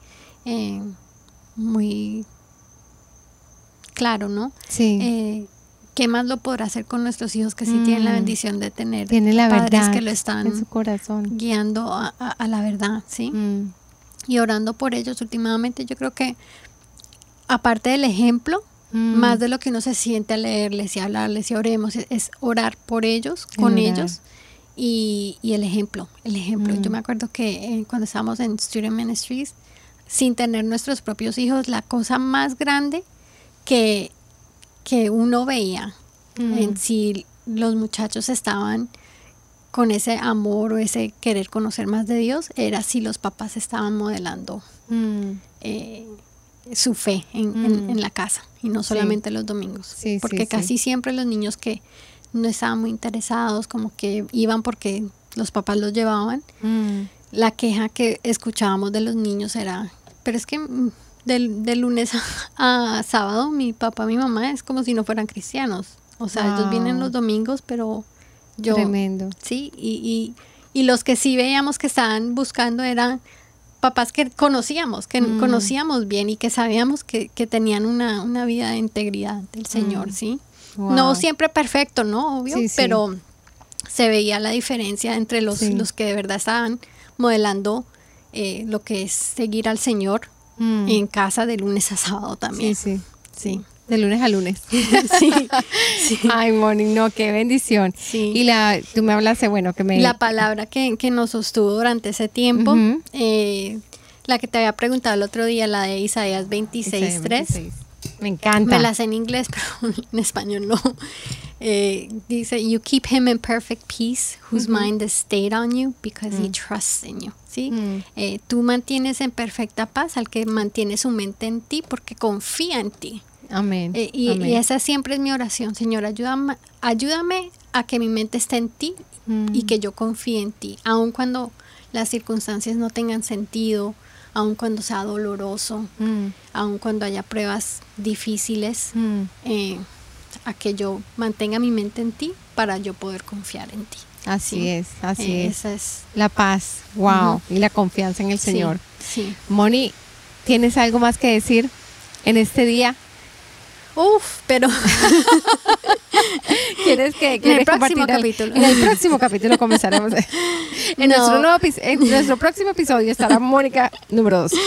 Speaker 2: muy claro, ¿no?
Speaker 1: Sí.
Speaker 2: ¿Qué más lo podrá hacer con nuestros hijos que sí tienen la bendición de tener
Speaker 1: la
Speaker 2: padres
Speaker 1: verdad
Speaker 2: que lo están
Speaker 1: en su corazón,
Speaker 2: guiando a la verdad, ¿sí? Y orando por ellos últimamente? Yo creo que aparte del ejemplo, más de lo que uno se siente a leerles y hablarles y oremos, es orar por ellos, con ellos y el ejemplo. Yo me acuerdo que cuando estábamos en Student Ministries, sin tener nuestros propios hijos, la cosa más grande que uno veía en si los muchachos estaban con ese amor o ese querer conocer más de Dios, era si los papás estaban modelando su fe en la casa y no solamente los domingos, porque casi siempre los niños que no estaban muy interesados, como que iban porque los papás los llevaban, la queja que escuchábamos de los niños era, pero es que de lunes a sábado mi papá, mi mamá es como si no fueran cristianos, o sea, ellos vienen los domingos, pero yo...
Speaker 1: Tremendo.
Speaker 2: Sí, y los que sí veíamos que estaban buscando eran papás que conocíamos bien y que sabíamos que tenían una vida de integridad del Señor, ¿sí? Wow. No siempre perfecto, ¿no? Obvio, pero se veía la diferencia entre los que de verdad estaban modelando lo que es seguir al Señor en casa de lunes a sábado también. Sí.
Speaker 1: De lunes a lunes.
Speaker 2: Sí.
Speaker 1: Ay, Moni, no, qué bendición.
Speaker 2: Sí.
Speaker 1: Y tú me hablaste,
Speaker 2: la palabra que nos sostuvo durante ese tiempo, la que te había preguntado el otro día, la de Isaías 26:3.
Speaker 1: Me encanta.
Speaker 2: Me la sé en inglés, pero en español no. Dice, you keep him in perfect peace, whose mind is stayed on you, because he trusts in you. ¿Sí? Tú mantienes en perfecta paz al que mantiene su mente en ti, porque confía en ti.
Speaker 1: Amén.
Speaker 2: Y esa siempre es mi oración. Señor, ayúdame a que mi mente esté en ti y que yo confíe en ti, aun cuando las circunstancias no tengan sentido, aun cuando sea doloroso, aun cuando haya pruebas difíciles, a que yo mantenga mi mente en ti para yo poder confiar en ti.
Speaker 1: Así es.
Speaker 2: Esa es
Speaker 1: la paz, wow, y la confianza en el Señor.
Speaker 2: Sí.
Speaker 1: Moni, ¿tienes algo más que decir en este día?
Speaker 2: Pero
Speaker 1: ¿Quieres
Speaker 2: en el próximo capítulo?
Speaker 1: En el próximo capítulo comenzaremos. En nuestro próximo episodio estará Mónica número 2.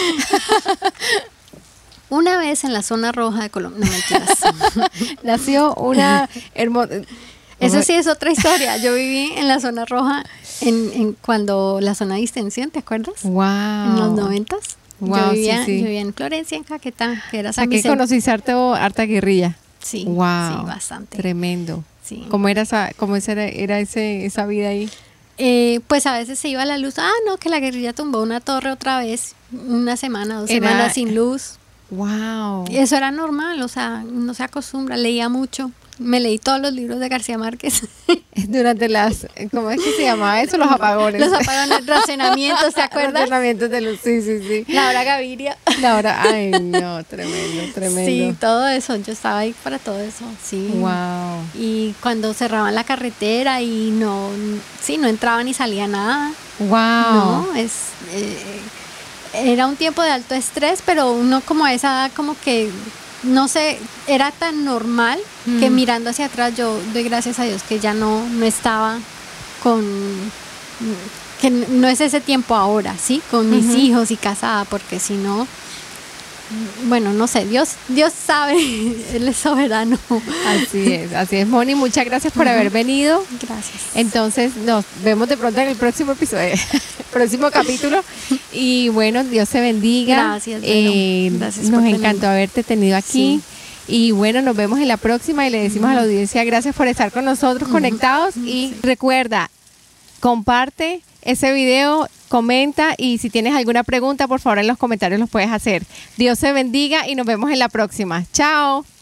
Speaker 2: Una vez en la zona roja de Colombia, no mentiras.
Speaker 1: Nació una hermosa...
Speaker 2: Eso sí es otra historia. Yo viví en la zona roja cuando la zona de distensión, ¿te acuerdas?
Speaker 1: Wow.
Speaker 2: En los 90s.
Speaker 1: Wow,
Speaker 2: yo vivía en Florencia, en Caquetá, que era San Vicente.
Speaker 1: Aquí conociste harta guerrilla.
Speaker 2: Sí,
Speaker 1: wow,
Speaker 2: sí, bastante.
Speaker 1: Tremendo.
Speaker 2: Sí.
Speaker 1: ¿Cómo era esa vida ahí?
Speaker 2: Pues a veces se iba la luz. No, que la guerrilla tumbó una torre otra vez, una semana, 2 semanas sin luz.
Speaker 1: Wow.
Speaker 2: Eso era normal, o sea, no se acostumbra, leía mucho. Me leí todos los libros de García Márquez.
Speaker 1: Durante las, ¿cómo es que se llamaba eso? Los apagones.
Speaker 2: Los apagones, racionamientos, ¿te acuerdas?
Speaker 1: Racionamientos de luz, sí.
Speaker 2: La hora Gaviria.
Speaker 1: La hora, ay no, tremendo.
Speaker 2: Sí, todo eso, yo estaba ahí para todo eso, sí.
Speaker 1: Wow.
Speaker 2: Y cuando cerraban la carretera y no entraba ni salía nada.
Speaker 1: Wow.
Speaker 2: No, era un tiempo de alto estrés, pero uno como a esa edad como que no sé, era tan normal que mirando hacia atrás yo doy gracias a Dios que ya no estaba que no es ese tiempo ahora, ¿sí? Con mis hijos y casada, porque si no, bueno, no sé, Dios sabe, Él es soberano.
Speaker 1: Así es, Moni, muchas gracias por haber venido.
Speaker 2: Gracias.
Speaker 1: Entonces nos vemos de pronto en el próximo episodio, próximo capítulo. Y bueno, Dios te bendiga.
Speaker 2: Gracias. Gracias
Speaker 1: nos encantó haberte tenido aquí. Sí. Y bueno, nos vemos en la próxima y le decimos a la audiencia gracias por estar con nosotros conectados. Y recuerda, comparte ese video, comenta y si tienes alguna pregunta, por favor en los comentarios los puedes hacer. Dios te bendiga y nos vemos en la próxima. Chao.